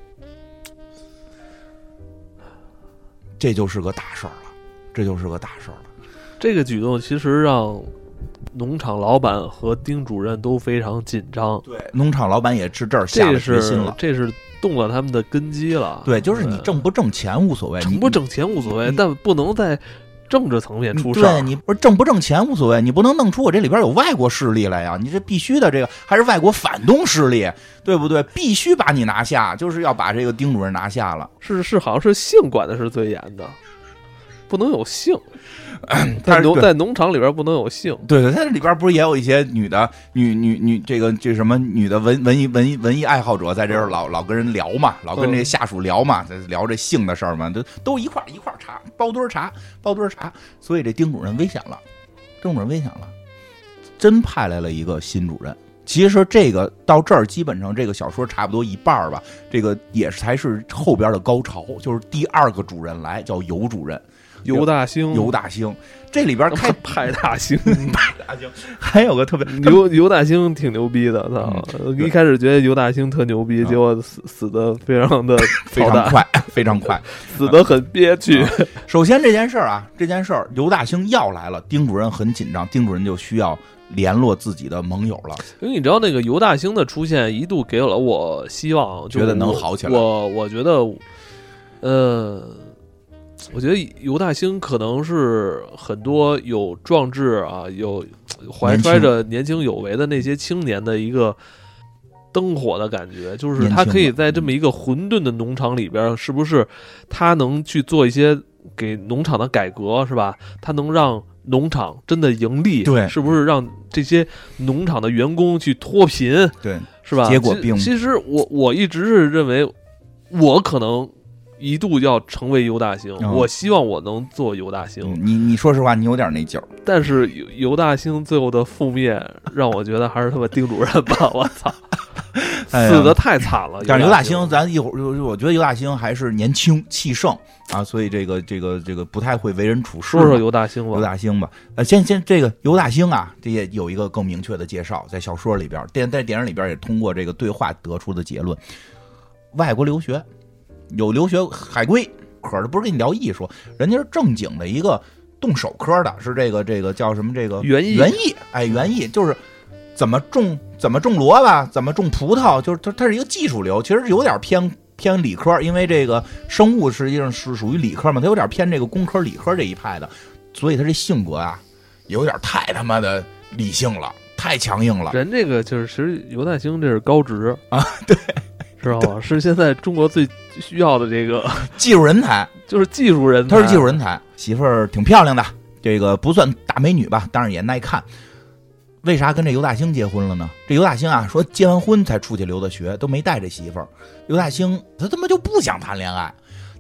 这就是个大事儿了，这就是个大事儿了。 这个举动其实让农场老板和丁主任都非常紧张。 对，农场老板也是这儿下了决心了， 这是。这是动了他们的根基了。 对，就是你挣不挣钱无所谓， 挣不挣钱无所谓，但不能在政治层面出事。 对，你不是挣不挣钱无所谓，你不能弄出我这里边有外国势力来呀！你这必须的，这个还是外国反动势力，对不对？必须把你拿下，就是要把这个丁主任拿下了。 是是，好像是性管的是最严的，不能有性。在农在农场里边不能有性， 对对，它这里边不是也有一些女的女女女这个这什么女的文文艺文艺文艺爱好者在这儿老老跟人聊嘛，老跟这下属聊嘛，在聊这性的事儿嘛，都都一块一块茶，包堆茶，包堆茶，所以这丁主任危险了，丁主任危险了，真派来了一个新主任。其实这个到这儿基本上这个小说差不多一半吧，这个也是才是后边的高潮，就是第二个主任来叫尤主任。 尤大兴， 尤大兴，这里边开派大星， 派大星，还有个特别尤尤大兴挺牛逼的，操！嗯、一开始觉得尤大兴特牛逼， 嗯、 结果死死的非常的非常快，非常快， 死的很憋屈。 嗯、首先这件事儿啊，这件事儿尤大兴要来了，丁主任很紧张，丁主任就需要联络自己的盟友了。 因为你知道那个尤大兴的出现，一度给了我希望， 觉得能好起来。 我我觉得，呃。我觉得尤大兴可能是很多有壮志啊，有怀揣着年轻有为的那些青年的一个灯火的感觉，就是他可以在这么一个混沌的农场里边，是不是他能去做一些给农场的改革，是吧？他能让农场真的盈利， 对， 是不是让这些农场的员工去脱贫， 对， 是吧？ 结果并其实我我一直是认为，我可能。一度要成为尤大兴、嗯，我希望我能做尤大兴。 嗯、你你说实话，你有点那劲儿。 但是尤大兴最后的覆灭，让我觉得还是他妈丁主任吧，我操， 哎、 死的太惨了。 但是尤大兴，咱一会儿，我觉得尤大兴还是年轻气盛啊，所以这个这个这个不太会为人处事。 说说尤大兴吧， 尤大兴吧。呃，先先这个尤大兴啊，这也有一个更明确的介绍，在小说里边，电在电影里边也通过这个对话得出的结论：外国留学。有留学海归，可是不是跟你聊艺术，人家是正经的一个动手科的，是这个这个叫什么这个园艺园艺，哎，园艺就是怎么种怎么种萝卜，怎么种葡萄，就是它它是一个技术流，其实有点偏偏理科，因为这个生物实际上是属于理科嘛，它有点偏这个工科理科这一派的，所以他这性格啊有点太他妈的理性了，太强硬了。 人这个就是其实尤大兴这是高职啊，对。 知道吧？是现在中国最需要的这个技术人才， 就是技术人才。 他是技术人才，媳妇儿挺漂亮的，这个不算大美女吧，当然也耐看。为啥跟这尤大兴结婚了呢？这尤大兴啊，说结完婚才出去留的学，都没带着媳妇儿。尤大兴他他妈就不想谈恋爱，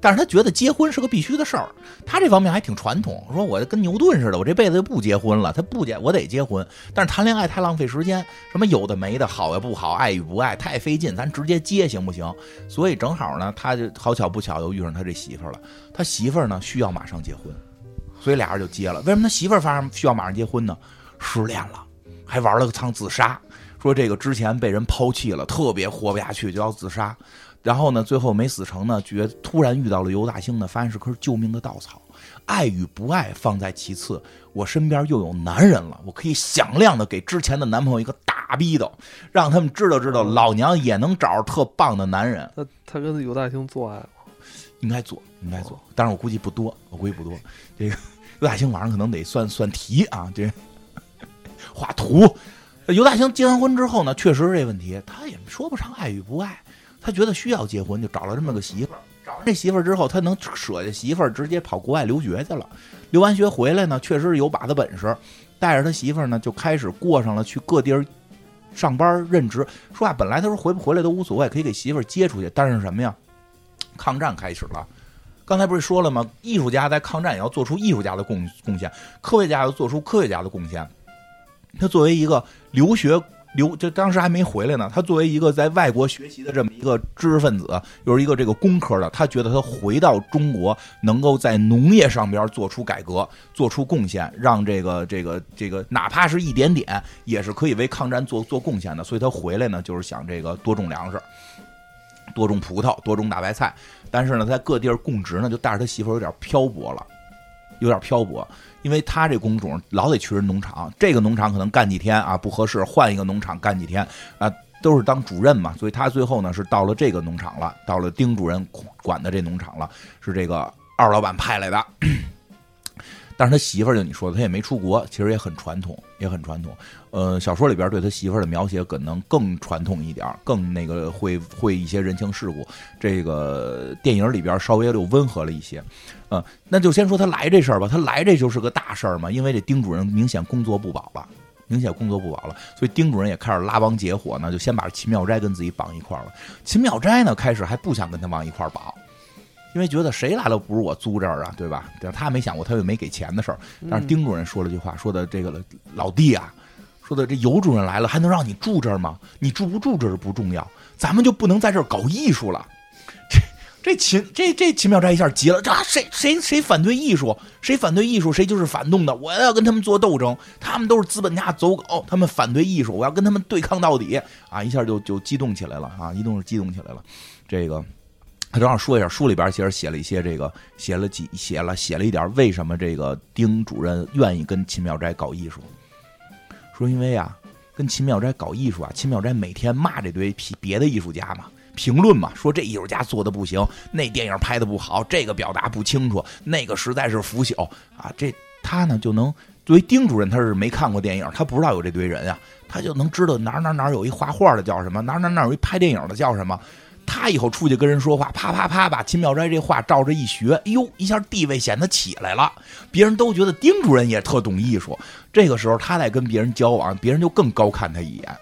但是他觉得结婚是个必须的事儿，他这方面还挺传统，说我跟牛顿似的，我这辈子就不结婚了，他不结，我得结婚。但是谈恋爱太浪费时间，什么有的没的，好也不好，爱与不爱太费劲，咱直接结行不行？所以正好呢，他就好巧不巧又遇上他这媳妇儿了。他媳妇儿呢需要马上结婚，所以俩人就结了。为什么他媳妇儿发生需要马上结婚呢？失恋了，还玩了个趟自杀，说这个之前被人抛弃了，特别活不下去，就要自杀。然后呢，最后没死成呢，觉突然遇到了尤大兴呢，发现是棵救命的稻草。爱与不爱放在其次，我身边又有男人了，我可以响亮的给之前的男朋友一个大逼斗，让他们知道知道老娘也能找着特棒的男人。 他他跟尤大兴做爱吗？ 应该做，应该做，但是我估计不多，我估计不多。这个尤大兴晚上可能得算算题啊，这画图。尤大兴结完婚之后呢，确实是这问题，他也说不上爱与不爱。他觉得需要结婚，就找了这么个媳妇儿。找完这媳妇儿之后，他能舍下媳妇儿，直接跑国外留学去了。留完学回来呢，确实有把子本事，带着他媳妇儿呢，就开始过上了去各地儿上班任职。说啊，本来他说回不回来都无所谓，可以给媳妇儿接出去。但是什么呀？抗战开始了。刚才不是说了吗？艺术家在抗战也要做出艺术家的贡贡献，科学家要做出科学家的贡献。他作为一个留学。留就当时还没回来呢，他作为一个在外国学习的这么一个知识分子，又是一个这个工科的，他觉得他回到中国能够在农业上边做出改革，做出贡献，让这个这个这个哪怕是一点点，也是可以为抗战做做贡献的。所以他回来呢，就是想这个多种粮食，多种葡萄，多种大白菜。但是呢，在各地儿供职呢，就带着他媳妇有点漂泊了，有点漂泊。因为他这工种老得去人农场，这个农场可能干几天啊不合适，换一个农场干几天啊，都是当主任嘛，所以他最后呢是到了这个农场了，到了丁主任管的这农场了，是这个二老板派来的。但是他媳妇儿就你说的，他也没出国，其实也很传统，也很传统。呃，小说里边对他媳妇儿的描写可能更传统一点，更那个会会一些人情世故。这个电影里边稍微又温和了一些。呃，那就先说他来这事儿吧。他来这就是个大事儿嘛，因为这丁主任明显工作不保了，明显工作不保了，所以丁主任也开始拉帮结伙呢，就先把秦妙斋跟自己绑一块儿了。秦妙斋呢，开始还不想跟他往一块儿绑。因为觉得谁来了不如我租这儿啊，对吧？他没想过他又没给钱的事儿。但是丁主任说了句话，说的这个老弟啊，说的这尤主任来了还能让你住这儿吗？你住不住这是不重要，咱们就不能在这儿搞艺术了。这这秦这这秦妙斋一下急了，这谁谁谁反对艺术，谁反对艺术谁就是反动的，我要跟他们做斗争，他们都是资本家走狗，他们反对艺术，我要跟他们对抗到底啊！一下就就激动起来了啊，一动是激动起来了，这个。他正好说一下，书里边其实写了一些这个，写了几写了写了一点为什么这个丁主任愿意跟秦妙斋搞艺术。说因为啊，跟秦妙斋搞艺术啊，秦妙斋每天骂这堆别的艺术家嘛，评论嘛，说这艺术家做的不行，那电影拍的不好，这个表达不清楚，那个实在是腐朽啊。这他呢就能作为丁主任，他是没看过电影，他不知道有这堆人啊，他就能知道哪哪哪有一画画的叫什么，哪哪哪有一拍电影的叫什么。他以后出去跟人说话，啪啪啪把秦妙斋这话照着一学，哎呦，一下地位显得起来了，别人都觉得丁主任也特懂艺术。这个时候他在跟别人交往，别人就更高看他一眼，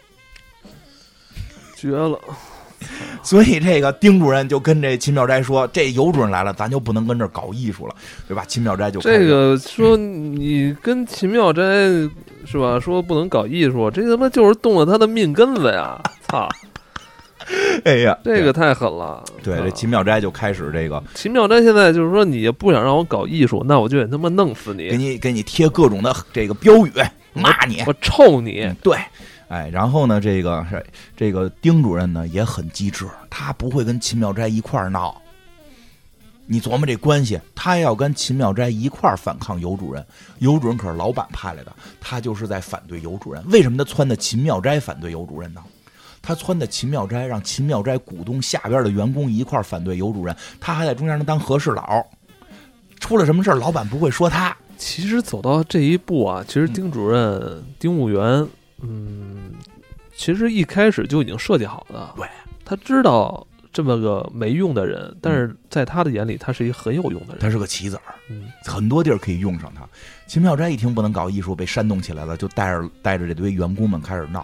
绝了。 所以这个丁主任就跟这秦妙斋说：“这尤主任来了，咱就不能跟这儿搞艺术了，对吧？”秦妙斋就这个说你跟秦妙斋是吧？说不能搞艺术，这他妈就是动了他的命根子呀！操！ 哎呀， 这个太狠了。 对，这秦妙斋就开始这个。 秦妙斋现在就是说，你不想让我搞艺术，那我就得他妈弄死你， 给你给你贴各种的这个标语，骂你， 我臭你。 嗯、对，哎，然后呢，这个是这个丁主任呢也很机智，他不会跟秦妙斋一块儿闹。你琢磨这关系，他要跟秦妙斋一块儿反抗尤主任，尤主任可是老板派来的，他就是在反对尤主任。为什么他撺的秦妙斋反对尤主任呢？他撺的秦妙斋，让秦妙斋鼓动下边的员工一块反对尤主任，他还在中间能当和事佬。出了什么事老板不会说他。 其实走到这一步啊，其实丁主任、嗯、丁务员，嗯，其实一开始就已经设计好的。 对， 他知道这么个没用的人，但是在他的眼里，他是一个很有用的人。 他是个棋子儿， 嗯， 很多地儿可以用上他。秦妙斋一听不能搞艺术，被煽动起来了，就带着带着这堆员工们开始闹。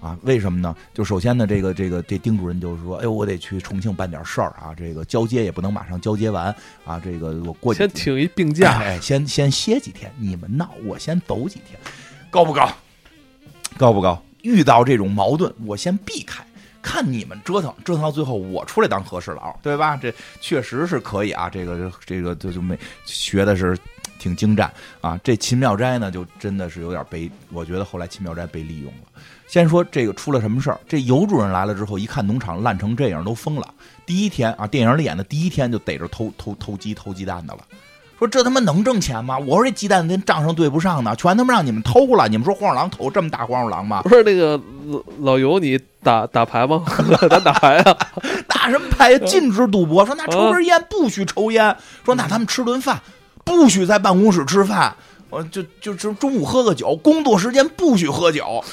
啊，为什么呢？就首先呢，这个这个这丁主任就是说，哎，我得去重庆办点事儿啊，这个交接也不能马上交接完啊，这个我过先请一病假， 哎，先先歇几天，你们闹，我先走几天，高不高？高不高？遇到这种矛盾，我先避开，看你们折腾，折腾到最后，我出来当和事佬，对吧？这确实是可以啊，这个这个就就没学的是挺精湛啊。这秦妙斋呢，就真的是有点被，我觉得后来秦妙斋被利用了。先说这个出了什么事儿？这尤主任来了之后，一看农场烂成这样，都疯了。第一天啊，电影里演的第一天就逮着偷偷偷鸡偷鸡蛋的了。说这他妈能挣钱吗？我说这鸡蛋跟账上对不上呢，全他妈让你们偷了。你们说黄鼠狼偷这么大黄鼠狼吗？ 不是那个老尤，你打打牌吗？咱打牌啊？ 打什么牌？禁止赌博。说那抽根烟不许抽烟。说那他们吃顿饭不许在办公室吃饭。我就就就中午喝个酒，工作时间不许喝酒。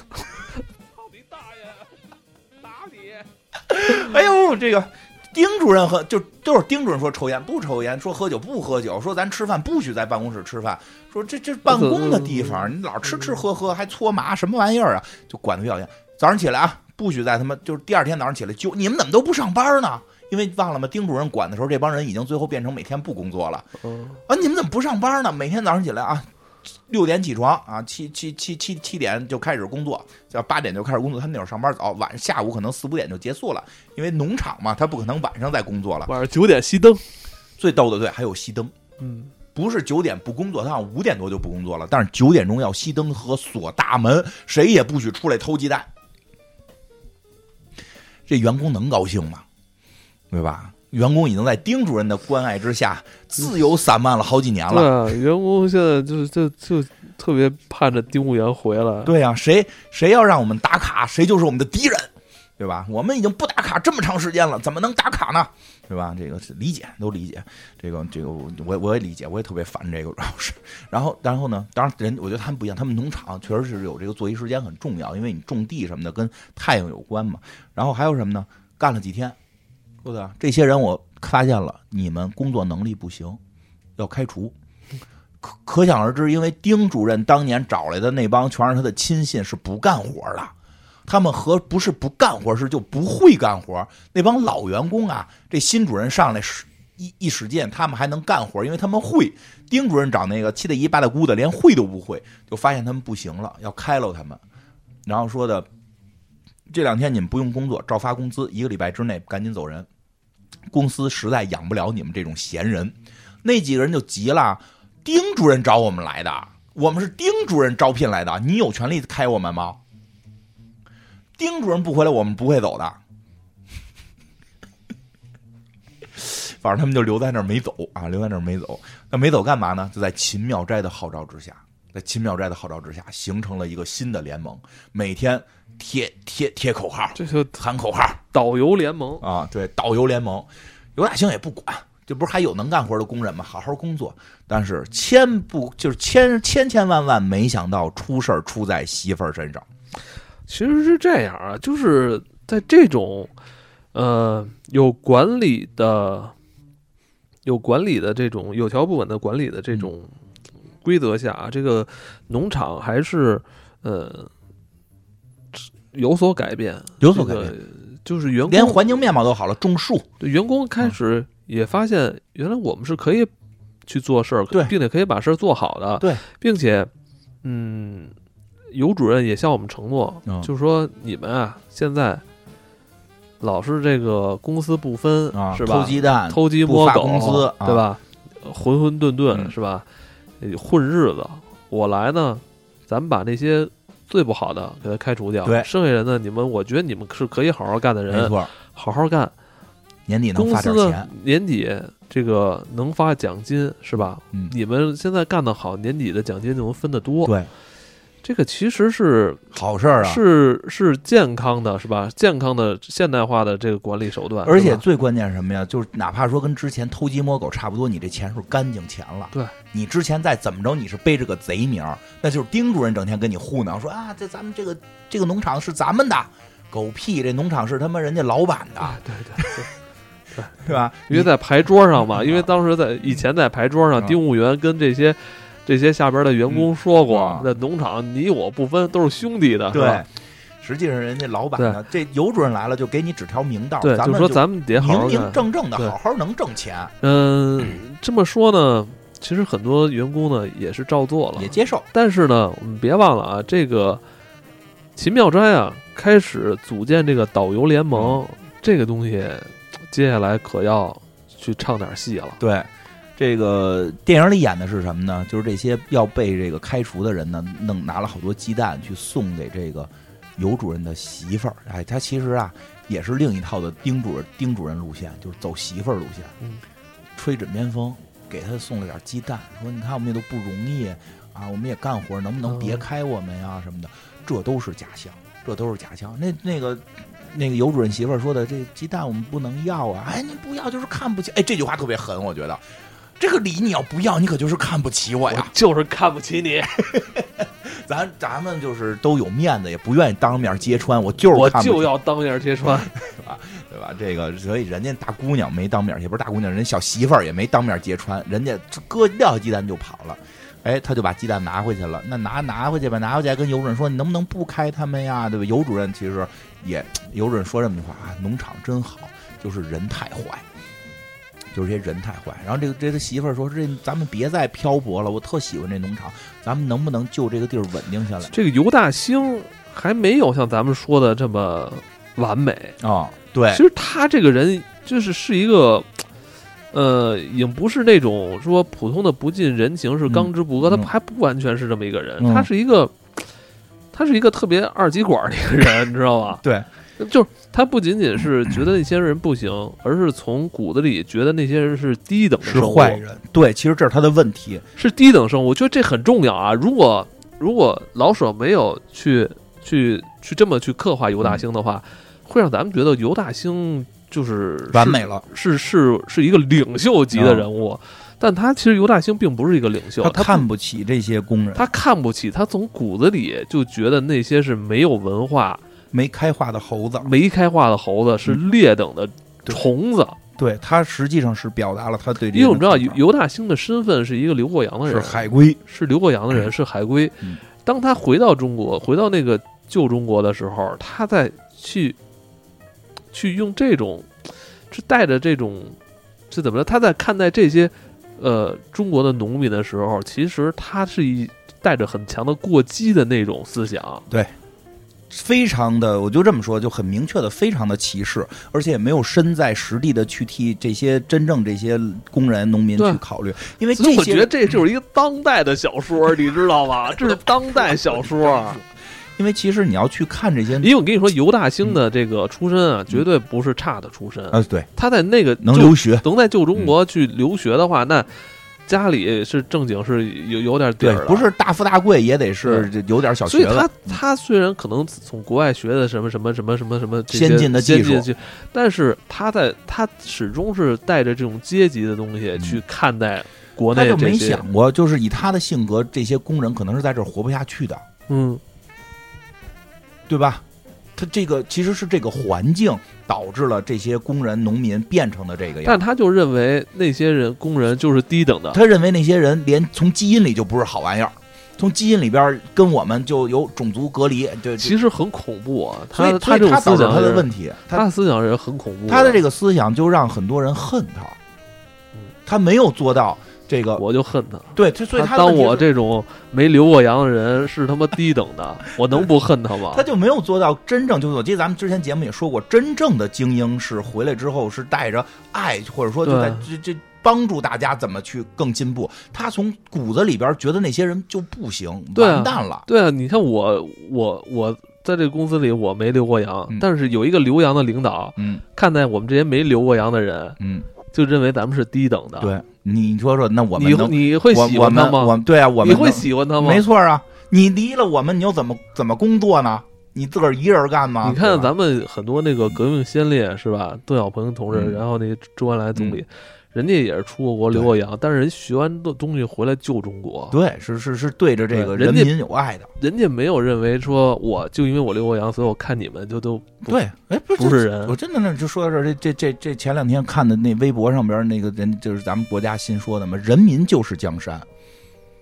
哎呦，这个丁主任和就都是丁主任说抽烟不抽烟，说喝酒不喝酒，说咱吃饭不许在办公室吃饭，说这这办公的地方你老吃吃喝喝还搓麻什么玩意儿啊，就管得比较严。早上起来啊，不许在他们就是第二天早上起来就你们怎么都不上班呢？因为忘了吗？丁主任管的时候，这帮人已经最后变成每天不工作了。啊，你们怎么不上班呢？每天早上起来啊。六点起床啊，七七七七七点就开始工作，叫八点就开始工作。他们那会儿上班早，晚上下午可能四五点就结束了，因为农场嘛，他不可能晚上再工作了。 晚上九点熄灯， 最逗的对，还有熄灯。 嗯， 不是九点不工作，他好像五点多就不工作了，但是九点钟要熄灯和锁大门，谁也不许出来偷鸡蛋。这员工能高兴吗？对吧？员工已经在丁主任的关爱之下自由散漫了好几年了。 对啊，员工现在就就就特别盼着丁务员回来。 对啊，谁谁要让我们打卡，谁就是我们的敌人，对吧？我们已经不打卡这么长时间了，怎么能打卡呢？对吧？这个是理解，都理解。这个这个我我也理解，我也特别烦这个，主要是。然后然后呢，当然人我觉得他们不一样，他们农场确实是有这个作息时间很重要，因为你种地什么的跟太阳有关嘛。然后还有什么呢？干了几天。对吧？这些人我发现了，你们工作能力不行，要开除。可可想而知，因为丁主任当年找来的那帮全是他的亲信，是不干活的。他们和不是不干活，是就不会干活。那帮老员工啊，这新主任上来一一使劲，他们还能干活，因为他们会。丁主任找那个七大姨八大姑的，连会都不会，就发现他们不行了，要开了他们。然后说的。这两天你们不用工作，照发工资，一个礼拜之内赶紧走人。公司实在养不了你们这种闲人。那几个人就急了，丁主任找我们来的，我们是丁主任招聘来的，你有权利开我们吗？丁主任不回来，我们不会走的。反正他们就留在那儿没走啊，留在那儿没走。那没走干嘛呢？就在秦妙斋的号召之下，在秦妙斋的号召之下，形成了一个新的联盟，每天。贴贴贴口号， 这就喊口号， 导游联盟啊，对，导游联盟，尤大兴也不管，这不是还有能干活的工人吗？好好工作，但是千不就是千千千万万没想到出事儿出在媳妇儿身上。 其实是这样啊，就是在这种呃有管理的、有管理的这种有条不紊的管理的这种规则下啊，这个农场还是呃。有所改变， 有所改变，这个、 就是员工连环境面貌都好了，种树。 对，员工开始也发现，原来我们是可以去做事儿， 对， 并且可以把事儿做好的， 对， 并且，嗯，尤主任也向我们承诺， 嗯、 就是说你们啊，现在老是这个公私不分， 啊、 是吧？ 偷鸡蛋、 偷鸡摸狗， 工资， 对吧？ 啊、 混混沌沌、 嗯、 是吧？混日子，我来呢，咱们把那些。最不好的给他开除掉， 对， 剩下人呢，你们我觉得你们是可以好好干的人， 没错， 好好干， 年底能发点钱， 公司年底这个能发奖金是吧？ 嗯， 你们现在干得好，年底的奖金就能分得多， 对， 这个其实是好事儿啊， 是是健康的，是吧？健康的现代化的这个管理手段， 而且最关键是什么呀？就是哪怕说跟之前偷鸡摸狗差不多，你这钱是干净钱了， 对。 你之前再怎么着，你是背着个贼名，那就是丁主任整天跟你糊弄，说啊，这咱们这个这个农场是咱们的，狗屁，这农场是他妈人家老板的， 对对对，对是吧？ 因为在牌桌上嘛，因为当时在以前在牌桌上，丁务员跟这些这些下边的员工说过，那农场你我不分，都是兄弟的， 对。 实际上人家老板呢，这尤主任来了就给你指条明道， 对， 咱们就说咱们得好好明明正正的好好能挣钱。 嗯、呃，这么说呢，其实很多员工呢也是照做了， 也接受。 但是呢，我们别忘了啊，这个秦妙斋啊，开始组建这个导游联盟，嗯、这个东西，接下来可要去唱点戏了。 对。这个电影里演的是什么呢？就是这些要被这个开除的人呢，弄拿了好多鸡蛋去送给这个尤主任的媳妇儿。哎，他其实啊也是另一套的丁主任丁主任路线，就是走媳妇儿路线。 嗯， 吹枕边风，给他送了点鸡蛋，说你看我们也都不容易啊，我们也干活，能不能别开我们呀什么的？这都是假象，这都是假象。那那个。那个尤主任媳妇儿说的，这鸡蛋我们不能要啊！哎，你不要就是看不起。哎，这句话特别狠，我觉得这个礼你要不要，你可就是看不起我呀， 我就是看不起你。 咱咱们就是都有面子，也不愿意当面揭穿，我就是看不起我就要当面揭穿， 对吧？对吧？这个所以人家大姑娘没当面，也不是大姑娘，人小媳妇儿也没当面揭穿，人家割掉鸡蛋就跑了。哎，他就把鸡蛋拿回去了。那拿拿回去吧，拿回去跟尤主任说：“你能不能不开他们呀？”对吧？尤主任其实也，尤主任说这么句话啊：“农场真好，就是人太坏，就是这些人太坏。”然后这个这他媳妇儿说：“这咱们别再漂泊了，我特喜欢这农场，咱们能不能就这个地儿稳定下来？” 这个尤大兴还没有像咱们说的这么完美啊、哦。对， 其实他这个人就是是一个。呃，已经不是那种说普通的不近人情，是刚直不阿，嗯、他还不完全是这么一个人，嗯、他是一个，他是一个特别二极管的一个人，你知道吧？ 对， 就是他不仅仅是觉得那些人不行，而是从骨子里觉得那些人是低等的生物， 是坏人。对，其实这是他的问题， 是低等生物。我觉得这很重要啊！如果如果老舍没有去去去这么去刻画尤大兴的话，嗯、会让咱们觉得尤大兴。就是完美了， 是是是一个领袖级的人物，哦、但他其实尤大兴并不是一个领袖， 他看不起这些工人， 他看不起，他从骨子里就觉得那些是没有文化、 没开化的猴子， 没开化的猴子是劣等的虫子。 嗯、对, 对他实际上是表达了他对这， 因为我们知道尤大兴的身份是一个留过洋的人， 是海归， 是留过洋的人，嗯、是海归。 嗯、 当他回到中国，回到那个旧中国的时候，他再去。去用这种，是带着这种，是怎么着？他在看待这些，呃，中国的农民的时候，其实他是一带着很强的过激的那种思想。 对，非常的，我就这么说，就很明确的，非常的歧视，而且也没有身在实地的去替这些真正这些工人、农民去考虑。因为这些， 我觉得这就是一个当代的小说，你知道吗？这是当代小说。 因为其实你要去看这些， 因为我跟你说，尤大兴的这个出身啊，嗯、绝对不是差的出身啊。对， 他在那个能留学， 能在旧中国去留学的话，嗯、那家里是正经是有有点底儿的， 不是大富大贵也得是有点小学问。 所以他他虽然可能从国外学的什么什么什么什么什么先进的技术， 但是他在他始终是带着这种阶级的东西去看待国内这些。 他就没想过，就是以他的性格，这些工人可能是在这儿活不下去的。 嗯。 对吧？他这个其实是这个环境导致了这些工人、农民变成的这个样。 但他就认为那些人工人就是低等的。 他认为那些人连从基因里就不是好玩意儿，从基因里边跟我们就有种族隔离。对， 其实很恐怖啊！他他这种思想他的问题， 他的思想是很恐怖。 他的这个思想就让很多人恨他。他没有做到。这个我就恨他， 对，所以他当我这种没留过洋的人是他妈低等的，我能不恨他吗？ 他就没有做到真正，就是我记得咱们之前节目也说过，真正的精英是回来之后是带着爱，或者说就在这这帮助大家怎么去更进步。他从骨子里边觉得那些人就不行，完蛋了。 对啊，你看我我我在这个公司里我没留过洋，嗯、但是有一个留洋的领导， 嗯， 看待我们这些没留过洋的人， 嗯， 就认为咱们是低等的。 对。你说说，那我们能你你会喜欢他吗？ 我们对啊，我们你会喜欢他吗？ 没错啊，你离了我们，你又怎么怎么工作呢？你自个儿一人干吗？ 你看咱们很多那个革命先烈是吧？邓小平同志， 嗯、 然后那周恩来总理， 嗯、 人家也是出过国留过洋，但是人学完的东西回来救中国。 对，是是是对着这个人民有爱的， 人家没有认为说我就因为我留过洋，所以我看你们就都对，哎，不不是人。 我真的那就说到这儿，这这这这前两天看的那微博上边那个人，就是咱们国家新说的嘛，人民就是江山。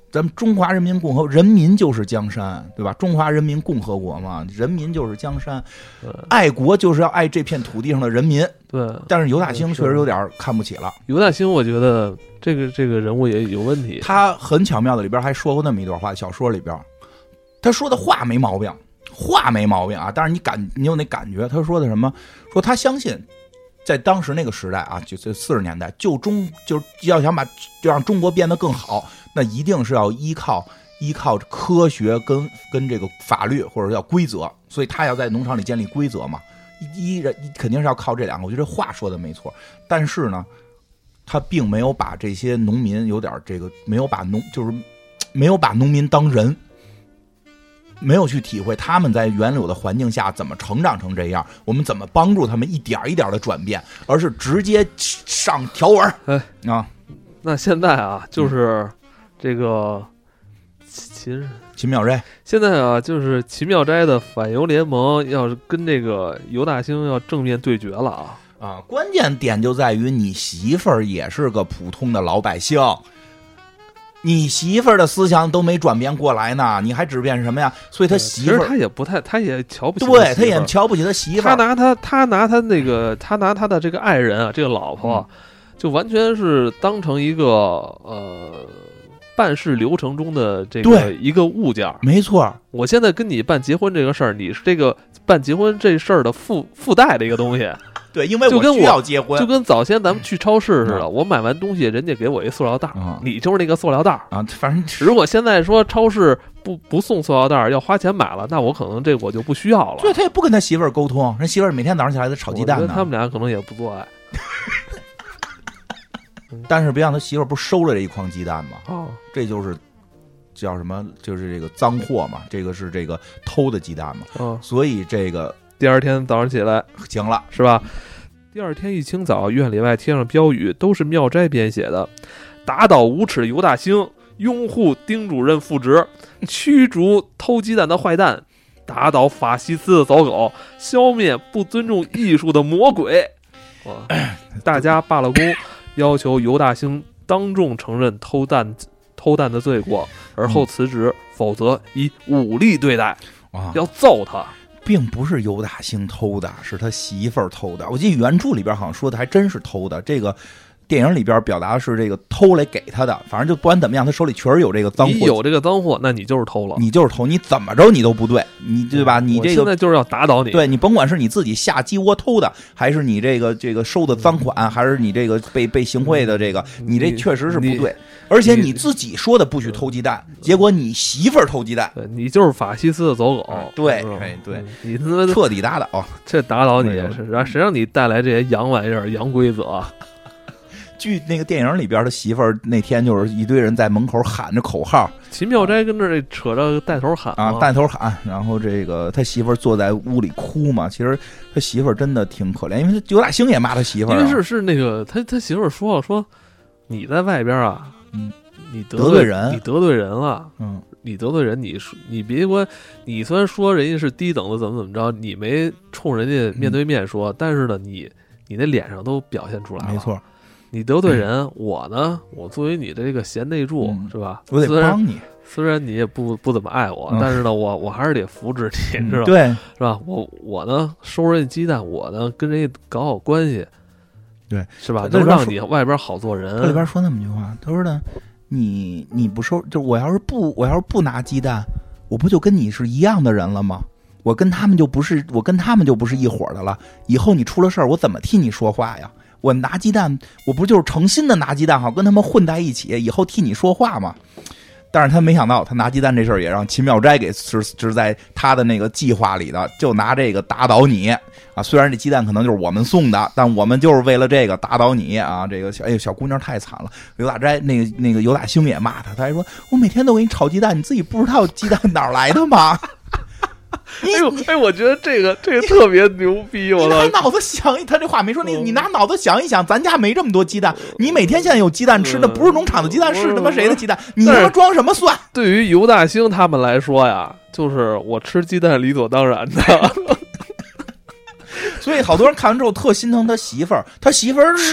咱们中华人民共和人民就是江山，对吧？中华人民共和国嘛，人民就是江山，爱国就是要爱这片土地上的人民。 对， 但是尤大兴确实有点看不起了。 尤大兴，我觉得这个这个人物也有问题。 他很巧妙的里边还说过那么一段话，小说里边，他说的话没毛病，话没毛病啊，但是你感你有那感觉，他说的什么？说他相信。在当时那个时代啊，就在四十年代，就中就是要想把就让中国变得更好，那一定是要依靠依靠科学跟跟这个法律或者叫规则，所以他要在农场里建立规则嘛，一一人肯定是要靠这两个。我觉得这话说的没错，但是呢，他并没有把这些农民有点这个没有把农就是没有把农民当人。没有去体会他们在原有的环境下怎么成长成这样，我们怎么帮助他们一点一点的转变，而是直接上条文。 哎啊， 那现在啊，就是这个秦秦妙斋， 现在啊，就是秦妙斋的反犹联盟要是跟这个尤大兴要正面对决了啊啊！关键点就在于你媳妇儿也是个普通的老百姓。你媳妇儿的思想都没转变过来呢，你还指变什么呀？所以他媳妇儿， 其实他也不太，他也瞧不起， 对，他也瞧不起他媳妇儿。 他拿他，他拿他那个，他拿他的这个爱人啊，这个老婆，嗯、就完全是当成一个呃办事流程中的这个一个物件。 没错， 我现在跟你办结婚这个事儿，你是这个办结婚这事儿的附附带的一个东西。 对，因为我需要结婚， 就跟早先咱们去超市似的，嗯、我买完东西，人家给我一塑料袋，嗯、你就是那个塑料袋啊。反正如果现在说超市不不送塑料袋，要花钱买了，那我可能这我就不需要了。 对，他也不跟他媳妇儿沟通，人媳妇儿每天早上起来得炒鸡蛋呢。 我觉得他们俩可能也不做爱。 但是别让他媳妇儿不收了这一筐鸡蛋吗？ 哦， 这就是叫什么？就是这个赃货嘛，这个是这个偷的鸡蛋嘛。 哦， 所以这个。 第二天早上起来行了， 是吧？第二天一清早，院里外贴上标语，都是妙斋编写的：打倒无耻尤大兴，拥护丁主任复职，驱逐偷鸡蛋的坏蛋，打倒法西斯的走狗，消灭不尊重艺术的魔鬼。哇！大家罢了工，要求尤大兴当众承认偷蛋偷蛋的罪过，而后辞职，嗯、否则以武力对待。 啊， 要揍他。 并不是尤大兴偷的，是他媳妇儿偷的。我记得原著里边好像说的还真是偷的，这个电影里边表达的是这个偷来给他的。反正就不管怎么样，他手里确实有这个赃货。 你有这个赃货，那你就是偷了， 你就是偷，你怎么着你都不对，你对吧？你这个现在就是要打倒你。 对，你甭管是你自己下鸡窝偷的，还是你这个这个收的赃款，还是你这个被被行贿的这个，你这确实是不对。而且你自己说的不许偷鸡蛋，结果你媳妇儿偷鸡蛋， 对，你就是法西斯的走狗。 嗯、对，哎对， 你他妈彻底打倒， 这打倒你，然谁让你带来这些洋玩意儿、洋规则？ 据那个电影里边的媳妇儿那天就是一堆人在门口喊着口号， 秦妙斋跟这扯着带头喊啊，带头喊，然后这个他媳妇儿坐在屋里哭嘛。其实他媳妇儿真的挺可怜，因为尤大兴也骂他媳妇儿、啊， 因为是是那个他他媳妇儿说了说你在外边啊。 嗯， 你得罪人， 你得罪人了。 嗯， 你得罪人，你你别管，你虽然说人家是低等的，怎么怎么着，你没冲人家面对面说，嗯、但是呢，你你那脸上都表现出来了。 没错， 你得罪人，嗯、我呢，我作为你的这个贤内助， 嗯、 是吧？ 我得帮你。 虽然你也不不怎么爱我，嗯、但是呢，我我还是得扶持你， 嗯、 知道吧？ 对， 是吧？我我呢收人家鸡蛋，我呢跟人家搞好关系， 对， 是吧？能让你外边好做人。 他里边说那么句话，他说呢。你你不收，就我要是不我要是不拿鸡蛋，我不就跟你是一样的人了吗？我跟他们就不是我跟他们就不是一伙的了。以后你出了事儿，我怎么替你说话呀？我拿鸡蛋，我不就是诚心的拿鸡蛋好跟他们混在一起，以后替你说话吗？但是他没想到，他拿鸡蛋这事儿也让秦妙斋给是是在他的那个计划里的，就拿这个打倒你啊！虽然这鸡蛋可能就是我们送的，但我们就是为了这个打倒你啊！这个小哎呦，小姑娘太惨了。尤大斋那个那个尤大兴也骂他，他还说我每天都给你炒鸡蛋，你自己不知道鸡蛋哪儿来的吗？ 哎呦哎，我觉得这个这个特别牛逼！我拿脑子想一，他这话没说，你你拿脑子想一想，咱家没这么多鸡蛋，你每天现在有鸡蛋吃，那不是农场的鸡蛋，是他妈谁的鸡蛋？你他妈装什么蒜？ 对于尤大兴他们来说呀，就是我吃鸡蛋理所当然的。 所以好多人看完之后特心疼他媳妇儿，他媳妇儿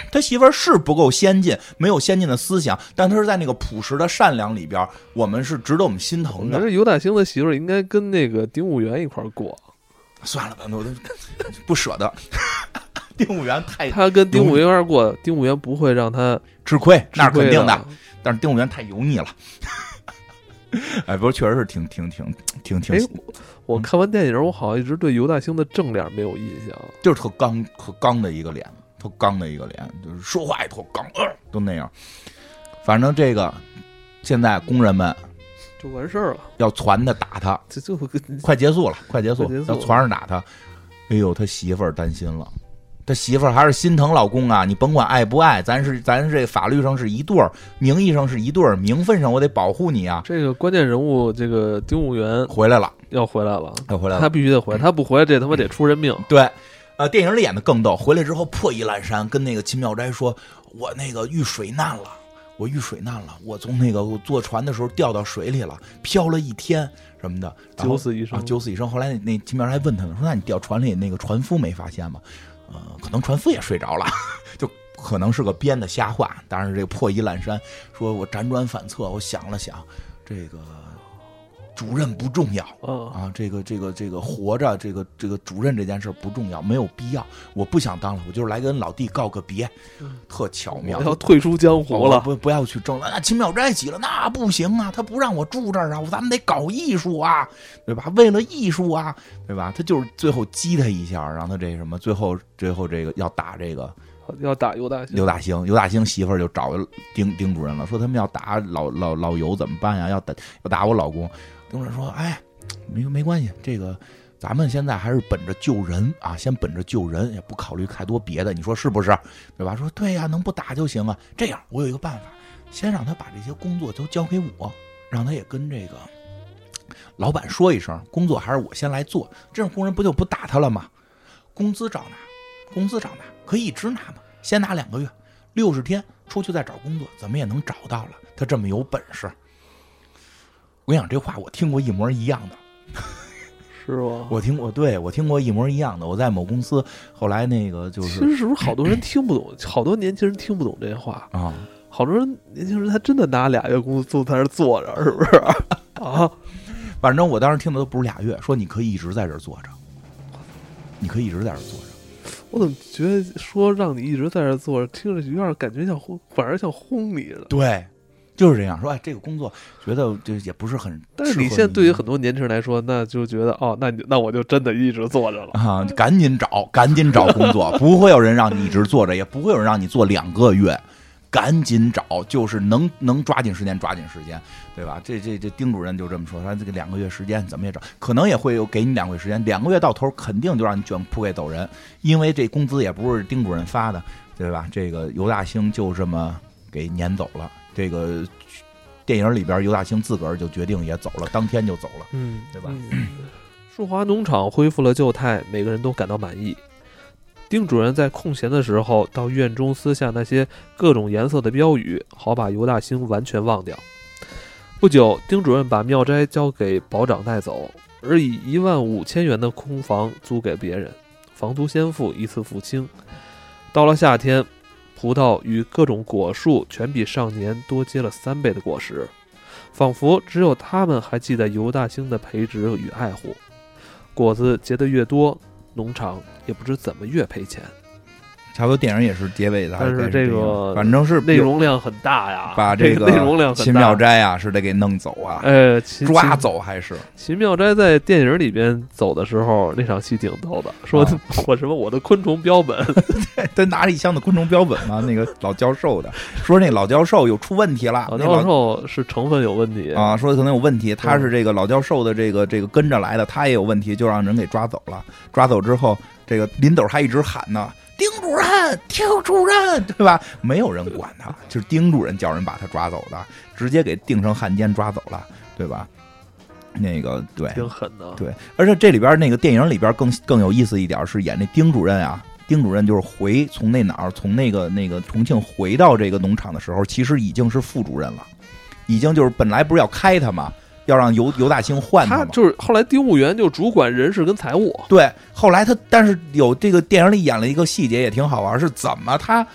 他媳妇儿是不够先进，没有先进的思想，但他是在那个朴实的善良里边，我们是值得我们心疼的。 可是尤大兴的媳妇儿应该跟那个丁务员一块儿过。 算了吧，我都不舍得。丁务员太他跟丁务员一块儿过，丁务员不会让他吃亏，那是肯定的。 但是丁务员太油腻了。哎，不过确实是挺挺挺挺挺。 哎，我看完电影，我好像一直对尤大兴的正脸没有印象， 就是特刚特刚的一个脸。特刚的一个脸，就是说话也特刚，呃、都那样。反正这个现在工人们就完事儿了， 要传他打他， 这就快结束了，快结束， 快结束要传着打他。哎呦，他媳妇儿担心了，他媳妇儿还是心疼老公啊！你甭管爱不爱，咱是咱这法律上是一对儿，名义上是一对儿，名分上我得保护你啊！ 这个关键人物，这个丁务员回来了， 要回来了， 要回来了， 他必须得回来，他不回来这他妈得出人命。 对。呃，电影里演的更逗，回来之后破衣烂衫，跟那个秦妙斋说：“我那个遇水难了，我遇水难了，我从那个我坐船的时候掉到水里了，漂了一天什么的， 九死一生， 啊，九死一生。后来那那秦妙斋问他呢，说：那你掉船里那个船夫没发现吗？呃，可能船夫也睡着了，就可能是个编的瞎话。当然，这个破衣烂衫，说我辗转反侧，我想了想，这个。”主任不重要啊，这个这个这个活着，这个这个主任这件事不重要，没有必要。我不想当了，我就是来跟老弟告个别，特巧妙。 要退出江湖了， 不不要去争了。那秦妙斋急了，那不行啊，他不让我住这儿啊，咱们得搞艺术啊，对吧？为了艺术啊，对吧？他就是最后激他一下，让他这什么，最后最后这个要打这个。 要打尤大兴， 尤大兴，尤大兴媳妇儿就找丁丁主任了，说他们要打老老老尤怎么办呀？要打要打我老公。丁主任说：“哎，没没关系，这个咱们现在还是本着救人啊，先本着救人，也不考虑太多别的，你说是不是？对吧？”说对呀，能不打就行啊。这样，我有一个办法，先让他把这些工作都交给我，让他也跟这个老板说一声，工作还是我先来做，这样工人不就不打他了吗？工资照拿，工资照拿，可以一直拿嘛，先拿两个月，六十天出去再找工作，怎么也能找到了。他这么有本事。我跟你讲，这话我听过一模一样的， 是吗？ 我听过，对我听过一模一样的。我在某公司，后来那个就是， 其实是不是好多人听不懂，好多年轻人听不懂这话啊？ 好多人年轻人他真的拿俩月工资就在那坐着，是不是啊？ 反正我当时听的都不是俩月，说你可以一直在这坐着，你可以一直在这坐着。 我怎么觉得说让你一直在这坐着，听着有点感觉像轰，反而像轰你了。 对。就是这样说，哎，这个工作觉得就也不是很， 但是你现在对于很多年轻人来说，那就觉得哦，那你那我就真的一直坐着了啊！赶紧找，赶紧找工作，不会有人让你一直坐着，也不会有人让你做两个月，赶紧找，就是能能抓紧时间抓紧时间，对吧？这这这丁主任就这么说，他这个两个月时间怎么也找，可能也会有给你两个月时间，两个月到头肯定就让你卷铺盖走人，因为这工资也不是丁主任发的，对吧？这个尤大兴就这么给撵走了。这个电影里边，尤大兴自个儿就决定也走了，当天就走了， 嗯， 对吧？ 树华农场恢复了旧态，每个人都感到满意。丁主任在空闲的时候到院中撕下那些各种颜色的标语，好把尤大兴完全忘掉。不久，丁主任把妙斋交给保长带走，而以一万五千元的空房租给别人，房租先付，一次付清。到了夏天，葡萄与各种果树全比上年多结了三倍的果实，仿佛只有他们还记得尤大兴的培植与爱护。果子结得越多，农场也不知怎么越赔钱。 差不多电影也是结尾的， 但是这个反正是内容量很大呀， 把这个内容量很大。 秦妙斋啊是得给弄走啊， 呃， 抓走还是秦妙斋在电影里边走的时候，那场戏挺逗的，说、啊、我什么我的昆虫标本， 他拿着一箱的昆虫标本嘛，那个老教授的说那老教授有出问题了， 老教授是成分有问题啊，说可能有问题，他是这个老教授的这个这个跟着来的，他也有问题，就让人给抓走了。抓走之后，这个林斗还一直喊呢。丁主任，丁主任，对吧？没有人管他，就是丁主任叫人把他抓走的，直接给定成汉奸抓走了，对吧？那个对， 挺狠的。 对，而且这里边那个电影里边更更有意思一点是演那丁主任啊，丁主任就是回从那哪儿从那个那个重庆回到这个农场的时候，其实已经是副主任了，已经就是本来不是要开他吗？要让尤尤大兴换他， 他就是后来丁务员就主管人事跟财务。 对，后来他但是有这个电影里演了一个细节也挺好玩，是怎么他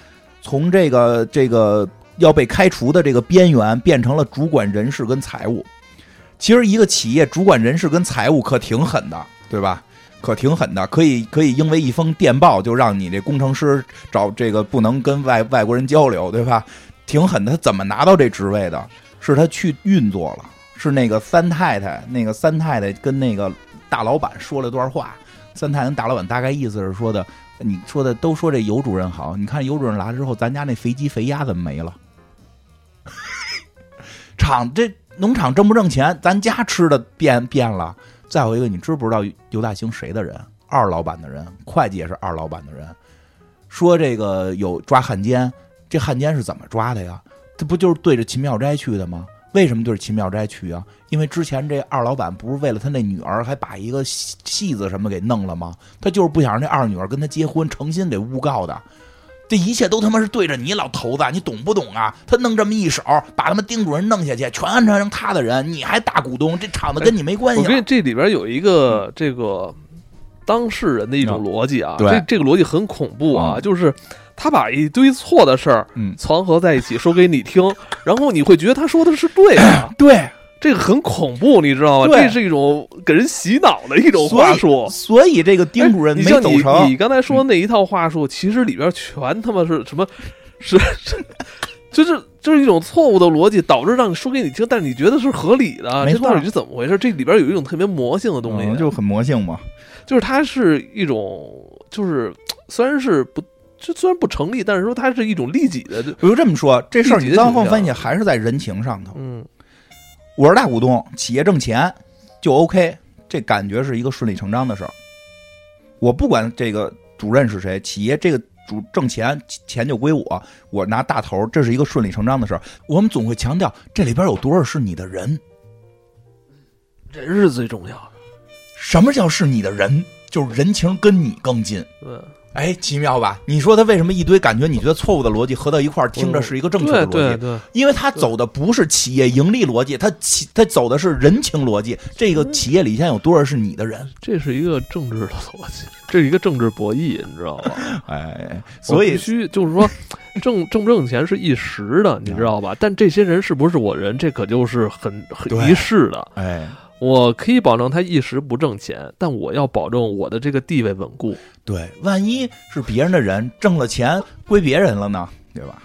从这个这个要被开除的这个边缘变成了主管人事跟财务。其实一个企业主管人事跟财务可挺狠的，对吧？可挺狠的，可以可以因为一封电报就让你这工程师找这个不能跟外外国人交流，对吧？挺狠的。他怎么拿到这职位的？是他去运作了，是那个三太太，那个三太太跟那个大老板说了段话。三太太跟大老板大概意思是说的，你说的都说这尤主任好，你看尤主任来了之后，咱家那肥鸡肥鸭怎么没了？厂这农场挣不挣钱？咱家吃的变变了。再有一个，你知不知道尤大兴谁的人？二老板的人，会计也是二老板的人。说这个有抓汉奸，这汉奸是怎么抓的呀？这不就是对着秦妙斋去的吗？为什么对着秦妙斋去啊？因为之前这二老板不是为了他那女儿，还把一个戏子什么给弄了吗？他就是不想让这二女儿跟他结婚，诚心给诬告的。这一切都他妈是对着你老头子，你懂不懂啊？他弄这么一手，把他们丁主任弄下去，全安成他的人，你还大股东，这厂子跟你没关系、啊。 我跟你这里边有一个这个当事人的一种逻辑啊， 对， 这这个逻辑很恐怖啊， 嗯、 就是他把一堆错的事儿嗯攒合在一起说给你听，然后你会觉得他说的是对的， 对。 这个很恐怖，你知道吗？这是一种给人洗脑的一种话术。 所以，所以这个丁主任没走成。 哎、你, 你刚才说的那一套话术，嗯、其实里边全他妈是什么？是，就是就是一种错误的逻辑，导致让你说给你听，但是你觉得是合理的。 没错， 这到底是怎么回事？这里边有一种特别魔性的东西， 嗯、就很魔性嘛。 就是它是一种，就是虽然是不。这虽然不成立，但是说它是一种利己的。 我就这么说，这事儿你单方分析还是在人情上头。 嗯。 我是大股东，企业挣钱就 OK， 这感觉是一个顺理成章的事儿。我不管这个主任是谁，企业这个主挣钱，钱就归我，我拿大头，这是一个顺理成章的事儿。我们总会强调这里边有多少是你的人， 人是最重要的。 什么叫是你的人？就是人情跟你更近。 对。 哎，奇妙吧？你说他为什么一堆感觉你觉得错误的逻辑合到一块儿，听着是一个正确的逻辑？ 对对对， 因为他走的不是企业盈利逻辑，他企他走的是人情逻辑。这个企业里现在有多少是你的人？ 这是一个政治的逻辑，这是一个政治博弈，你知道吧？ 哎，所以必须就是说，挣挣不挣钱是一时的，你知道吧？但这些人是不是我人，这可就是很很一世的。 哎。 我可以保证他一时不挣钱，但我要保证我的这个地位稳固。 对，万一是别人的人挣了钱归别人了呢，对吧？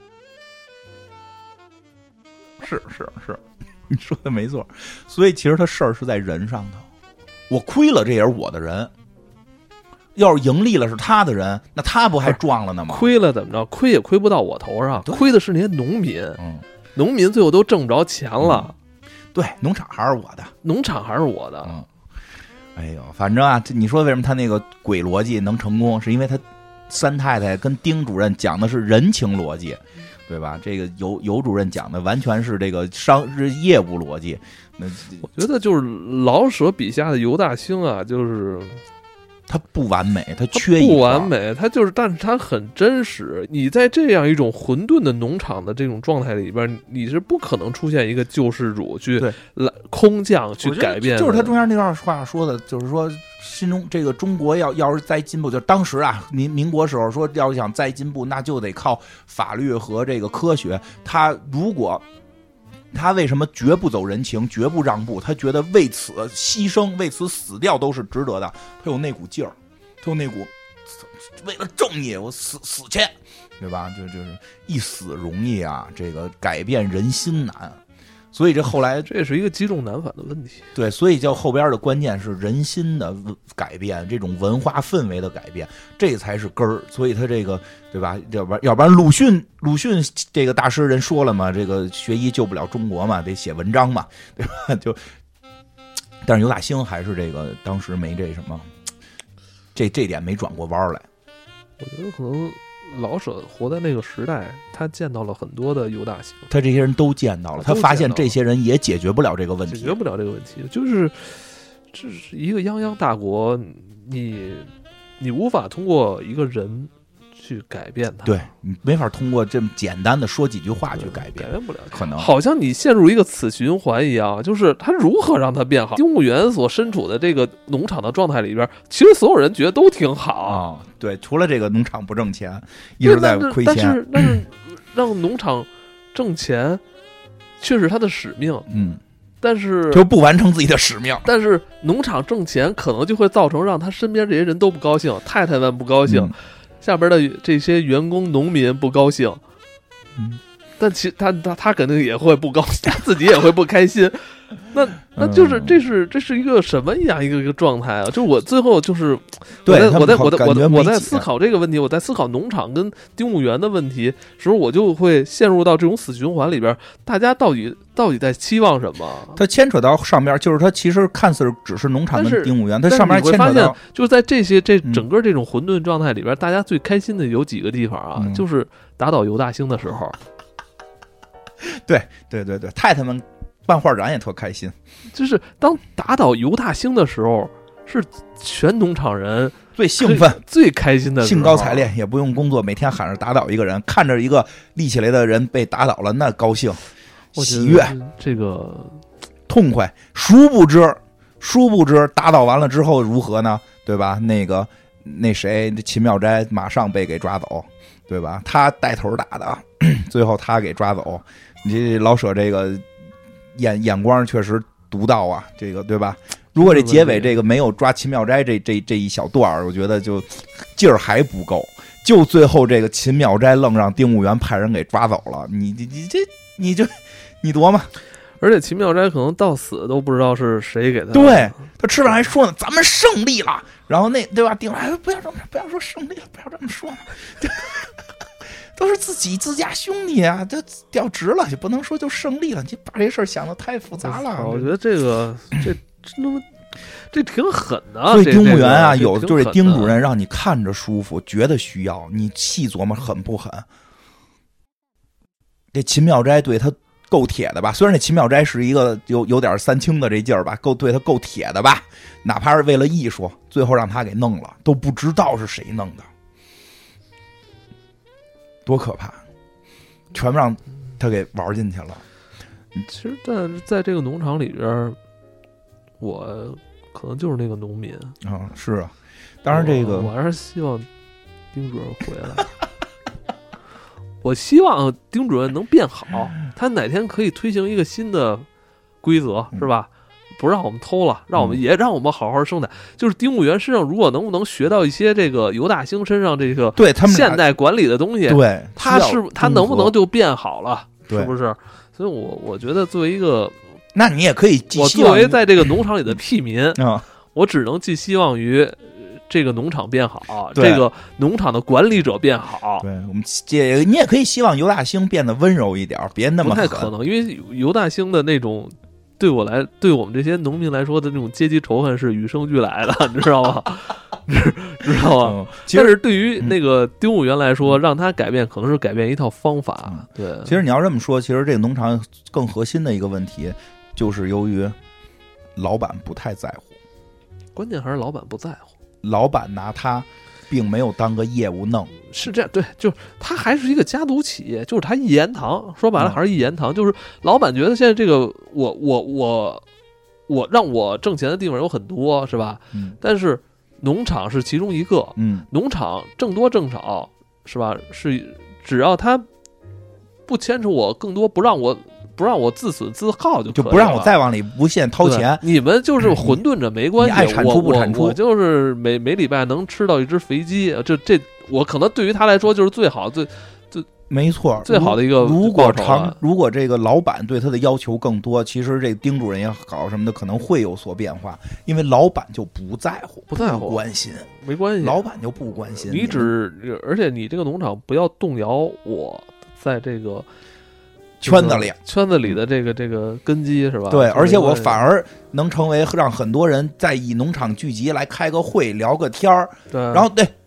是是是，你说的没错。所以其实他事儿是在人上头。我亏了，这也是我的人；要是盈利了，是他的人，那他不还赚了呢吗？ 亏了怎么着？亏也亏不到我头上，亏的是那些农民。 嗯， 农民最后都挣不着钱了。 嗯对，农场还是我的， 农场还是我的。 嗯，哎呦，反正啊，你说为什么他那个鬼逻辑能成功，是因为他三太太跟丁主任讲的是人情逻辑，对吧？这个尤尤主任讲的完全是这个商是业务逻辑。那我觉得就是老舍笔下的尤大兴啊，就是他不完美，他缺一不完美，他就是，但是他很真实。你在这样一种混沌的农场的这种状态里边，你是不可能出现一个救世主去来空降去改变。 就是他中间那段话说的，就是说新中这个中国要要是再进步，就是当时啊民民国时候说要想再进步，那就得靠法律和这个科学。他如果他为什么绝不走人情，绝不让步？他觉得为此牺牲，为此死掉都是值得的。他有那股劲儿，他有那股为了正义我死死去，对吧？就就是一死容易啊，这个改变人心难。所以这后来这也是一个积重难返的问题。 对，所以叫后边的关键是人心的改变，这种文化氛围的改变，这才是根儿。所以他这个对吧？要不然要不然鲁迅鲁迅这个大诗人说了嘛，这个学医救不了中国嘛，得写文章嘛，对吧？就但是尤大兴还是这个当时没这什么，这这点没转过弯来。 我觉得可能老舍活在那个时代，他见到了很多的尤大兴， 他这些人都见到了，他发现这些人也解决不了这个问题， 解决不了这个问题，就是这是一个泱泱大国，你你无法通过一个人去改变它。 对，你没法通过这么简单的说几句话去改变， 改变不了， 可能好像你陷入一个死循环一样，就是他如何让它变好？丁务员所身处的这个农场的状态里边，其实所有人觉得都挺好啊、哦。对，除了这个农场不挣钱，一直在亏钱。 但是，但是让农场挣钱却是他的使命。 嗯。 但是就不完成自己的使命， 但是农场挣钱可能就会造成让他身边这些人都不高兴，太太们不高兴，嗯、下边的这些员工农民不高兴， 嗯， 但其他他他肯定也会不高兴，他自己也会不开心，那那就是这是这是一个什么样一个一个状态啊？就是我最后就是对我在我在我在我在思考这个问题，我在思考农场跟丁务员的问题时候，我就会陷入到这种死循环里边，大家到底到底在期望什么？ 它牵扯到上边，就是它其实看似只是农场跟丁务员，它上面牵扯到， 就是在这些这整个这种混沌状态里边，嗯、大家最开心的有几个地方啊，嗯、就是打倒尤大兴的时候。 对对对对，太太们办画展也特开心， 就是当打倒尤大兴的时候，是全农场人最兴奋、 最开心的时候， 兴高采烈，也不用工作，每天喊着打倒一个人，看着一个立起来的人被打倒了，那高兴、喜悦， 这个痛快。殊不知，殊不知打倒完了之后如何呢？对吧？那个那谁，秦妙斋马上被给抓走，对吧？他带头打的，最后他给抓走。你这老舍这个眼眼光确实独到啊，这个对吧？如果这结尾这个没有抓秦妙斋这这这一小段，我觉得就劲儿还不够。就最后这个秦妙斋愣让丁务员派人给抓走了，你你你这你就你琢磨。 而且秦妙斋可能到死都不知道是谁给他。 对，他吃饭还说呢，咱们胜利了。然后那对吧？丁务员不要这么不要说胜利了，不要这么说嘛。都是自己自家兄弟啊，这调职了也不能说就胜利了，你把这事儿想得太复杂了。 我觉得这个这这这挺狠的。 所以丁务员啊，有就是丁主任让你看着舒服，觉得需要，你细琢磨狠不狠？这秦妙斋对他够铁的吧？虽然这秦妙斋是一个有有点三清的这劲儿吧，够对他够铁的吧？哪怕是为了艺术，最后让他给弄了，都不知道是谁弄的。多可怕！全部让他给玩进去了。 其实在在这个农场里边，我可能就是那个农民啊、哦。是啊，当然这个我, 我还是希望丁主任回来。我希望丁主任能变好，他哪天可以推行一个新的规则，是吧？不让我们偷了，让我们也让我们好好生产。就是丁务员身上如果能不能学到一些这个尤大兴身上这个对他们现代管理的东西， 对， 他是他能不能就变好了， 是不是？所以我我觉得作为一个， 那你也可以寄我作为在这个农场里的屁民啊， 我只能寄希望于这个农场变好，这个农场的管理者变好。 对，我们这你也可以希望尤大兴变得温柔一点，别那么不太可能，因为尤大兴的那种。对我来，对我们这些农民来说的那种阶级仇恨是与生俱来的，你知道吗？知道吗？ 嗯、 其实对于那个丁务员来说，嗯、让他改变可能是改变一套方法。 嗯、 对， 其实你要这么说，其实这个农场更核心的一个问题，就是由于老板不太在乎， 关键还是老板不在乎， 老板拿他。并没有当个业务弄， 是这样，对，就是他还是一个家族企业，就是他一言堂，说白了还是一言堂，嗯、就是老板觉得现在这个我我我我让我挣钱的地方有很多，是吧？ 嗯， 但是农场是其中一个， 嗯， 农场挣多挣少，是吧？是只要他不牵扯我更多，不让我。不让我自损自耗就可以了， 就不让我再往里无限掏钱。 你们就是混沌着没关系， 你爱产出不产出。 我, 我, 我就是每每礼拜能吃到一只肥鸡，这这我可能对于他来说就是最好最最没错最好的一个。 如果长如果这个老板对他的要求更多，其实这个丁主任也好什么的可能会有所变化，因为老板就不在乎， 不在乎， 不关心， 没关系， 老板就不关心。 你只而且你这个农场不要动摇我在这个。 圈子里， 圈子里的这个这个根基是吧？ 对，而且我反而能成为让很多人在以农场聚集来开个会聊个天儿。 对， 然后对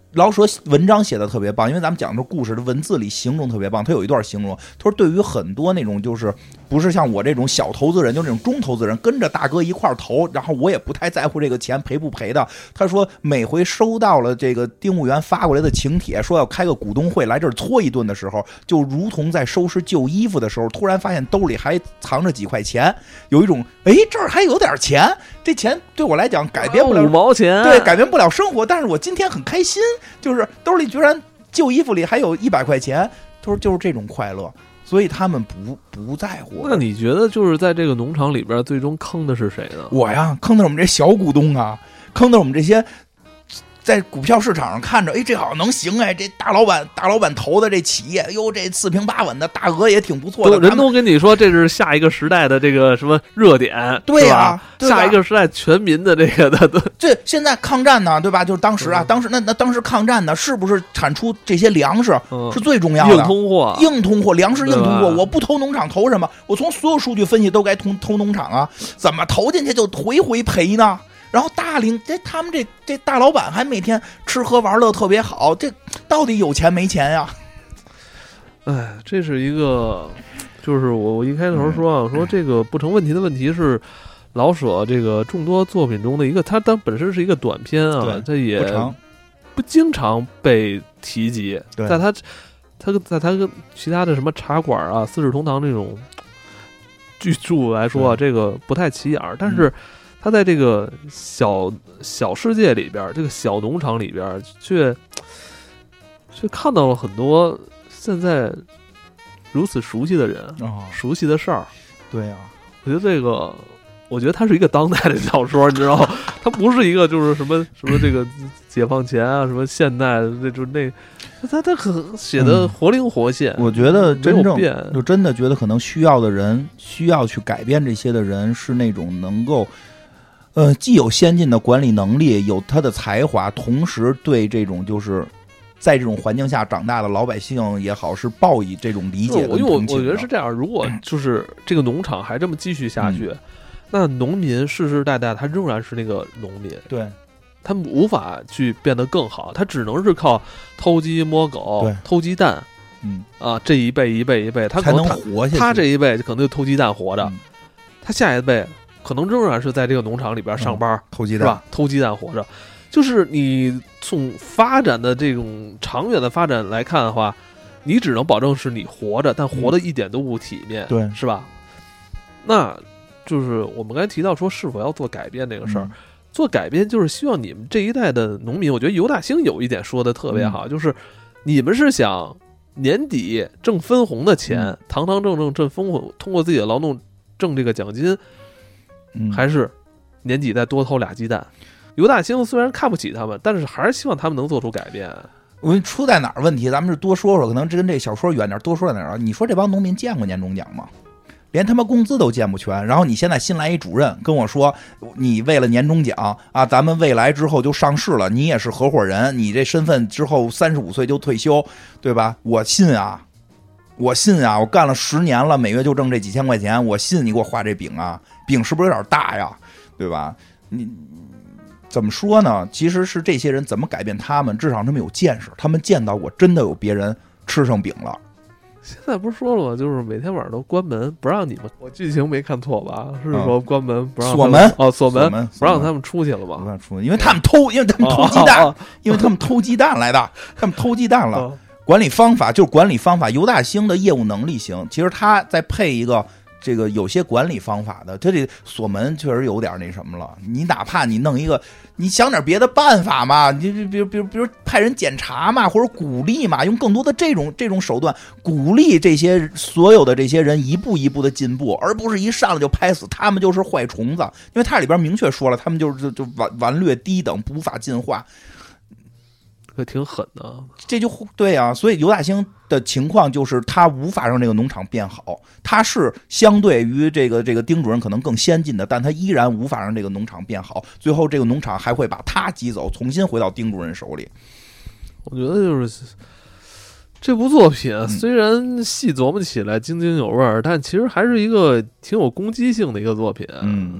老舍文章写的特别棒，因为咱们讲的故事的文字里形容特别棒。他有一段形容，他说对于很多那种就是不是像我这种小投资人，就那种中投资人，跟着大哥一块投，然后我也不太在乎这个钱赔不赔的。他说每回收到了这个丁务员发过来的请帖，说要开个股东会来这儿搓一顿的时候，就如同在收拾旧衣服的时候，突然发现兜里还藏着几块钱，有一种哎这儿还有点钱，这钱对我来讲改变不了五毛钱， 对，改变不了生活，但是我今天很开心。就是兜里居然旧衣服里还有一百块钱，他说就是这种快乐，所以他们不不在乎。 那你觉得就是在这个农场里边，最终坑的是谁呢？ 我呀，坑的是我们这小股东啊，坑的是我们这些在股票市场上看着，哎，这好像能行哎，这大老板大老板投的这企业，哟，这四平八稳的，大额也挺不错的。 人都跟你说这是下一个时代的这个什么热点， 对呀、啊， 下一个时代全民的这个的。 这现在抗战呢，对吧？就是当时啊，当时那那当时抗战呢，是不是产出这些粮食是最重要的？ 硬通货， 硬通货，粮食硬通货。我不投农场投什么？我从所有数据分析都该投投农场啊，怎么投进去就回回赔呢？然后大领这他们这这大老板还每天吃喝玩乐特别好，这到底有钱没钱呀？ 哎，这是一个，就是我我一开头说啊，说这个不成问题的问题是老舍这个众多作品中的一个，他当本身是一个短篇啊，这也不经常被提及，在他他在他跟其他的什么茶馆啊、四世同堂这种巨著来说啊，这个不太起眼，但是。他在这个小小世界里边，这个小农场里边，却却看到了很多现在如此熟悉的人、哦、熟悉的事儿。 对呀、啊， 我觉得这个，我觉得它是一个当代的小说，你知道吗？它不是一个就是什么什么这个解放前啊，什么现代的那种那，他他可写的活灵活现。 嗯、我觉得真正就真的觉得可能需要的人，需要去改变这些的人，是那种能够。呃，既有先进的管理能力，有他的才华，同时对这种就是在这种环境下长大的老百姓也好，是抱以这种理解跟同情的。 我我觉得是这样，如果就是这个农场还这么继续下去，嗯、那农民世世代代他仍然是那个农民， 对， 他们无法去变得更好，他只能是靠偷鸡摸狗、偷鸡蛋， 嗯啊，这一辈一辈一辈，他才能活下去。 他这一辈可能就偷鸡蛋活着， 嗯、 他下一辈。可能仍然是在这个农场里边上班， 嗯、偷鸡蛋是吧？偷鸡蛋活着，就是你从发展的这种长远的发展来看的话，你只能保证是你活着，但活得一点都不体面， 对、嗯， 是吧？那就是我们刚才提到说是否要做改变这个事儿、嗯，做改变就是希望你们这一代的农民，我觉得尤大兴有一点说的特别好， 嗯、 就是你们是想年底挣分红的钱， 嗯、 堂堂正正挣分红，通过自己的劳动挣这个奖金。还是年底再多偷俩鸡蛋。尤大兴虽然看不起他们，但是还是希望他们能做出改变。 我们出在哪儿问题？咱们是多说说，可能这跟这小说远点，多说点儿。你说这帮农民见过年终奖吗？连他妈工资都见不全。然后你现在新来一主任跟我说，你为了年终奖啊，咱们未来之后就上市了，你也是合伙人，你这身份之后三十五岁就退休，对吧？我信啊。我信啊，我干了十年了，每月就挣这几千块钱，我信你给我画这饼啊，饼是不是有点大呀？对吧？你怎么说呢？其实是这些人怎么改变他们，至少他们有见识，他们见到过真的有别人吃上饼了。 现在不是说了吗？就是每天晚上都关门，不让你们。我剧情没看错吧？是说关门不让锁门哦，锁门, 锁门不让他们出去了吧？ 不让出去，因为他们偷，因为他们偷鸡蛋，哦哦哦因为他们偷鸡蛋来的，他们偷鸡蛋了。哦管理方法就是管理方法，尤大兴的业务能力行，其实他再配一个这个有些管理方法的，他这锁门确实有点那什么了。你哪怕你弄一个，你想点别的办法嘛，你比如比如比如派人检查嘛，或者鼓励嘛，用更多的这种这种手段鼓励这些所有的这些人一步一步的进步，而不是一上来就拍死他们就是坏虫子，因为它里边明确说了，他们就是就就顽顽劣低等，无法进化。 这挺狠的， 这就对啊，所以尤大兴的情况就是他无法让这个农场变好，他是相对于这个这个丁主任可能更先进的，但他依然无法让这个农场变好，最后这个农场还会把他挤走，重新回到丁主任手里。 我觉得就是这部作品虽然细琢磨起来津津有味儿，但其实还是一个挺有攻击性的一个作品。 嗯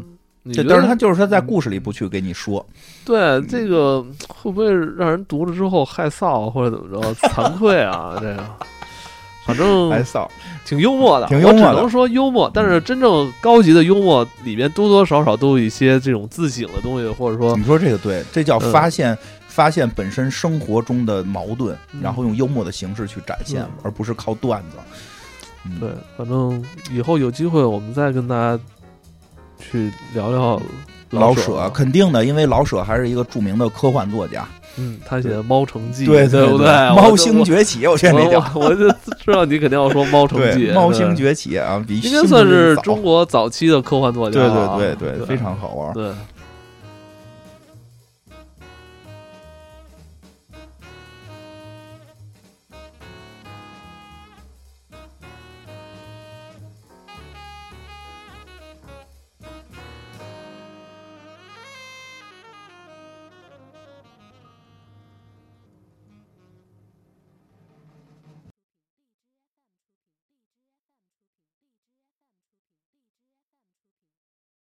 对，但是他就是他在故事里不去给你说。 对，这个会不会让人读了之后害臊或者怎么着惭愧啊？这个，反正害臊， 挺幽默的， 挺幽默的。 我只能说幽默，但是真正高级的幽默里面多多少少都有一些这种自省的东西，或者说你说这个对，这叫发现、 嗯、 发现本身生活中的矛盾， 嗯、 然后用幽默的形式去展现，嗯、而不是靠段子。嗯、 对，反正以后有机会我们再跟大家去聊聊老舍， 舍肯定的，因为老舍还是一个著名的科幻作家。 嗯，他写的《猫城记》， 对对不对？ 猫星崛起，我觉得那叫， 我就知道你肯定要说《猫城记》。 猫星崛起啊，比应该算是中国早期的科幻作家， 对对对对，非常好玩。 对，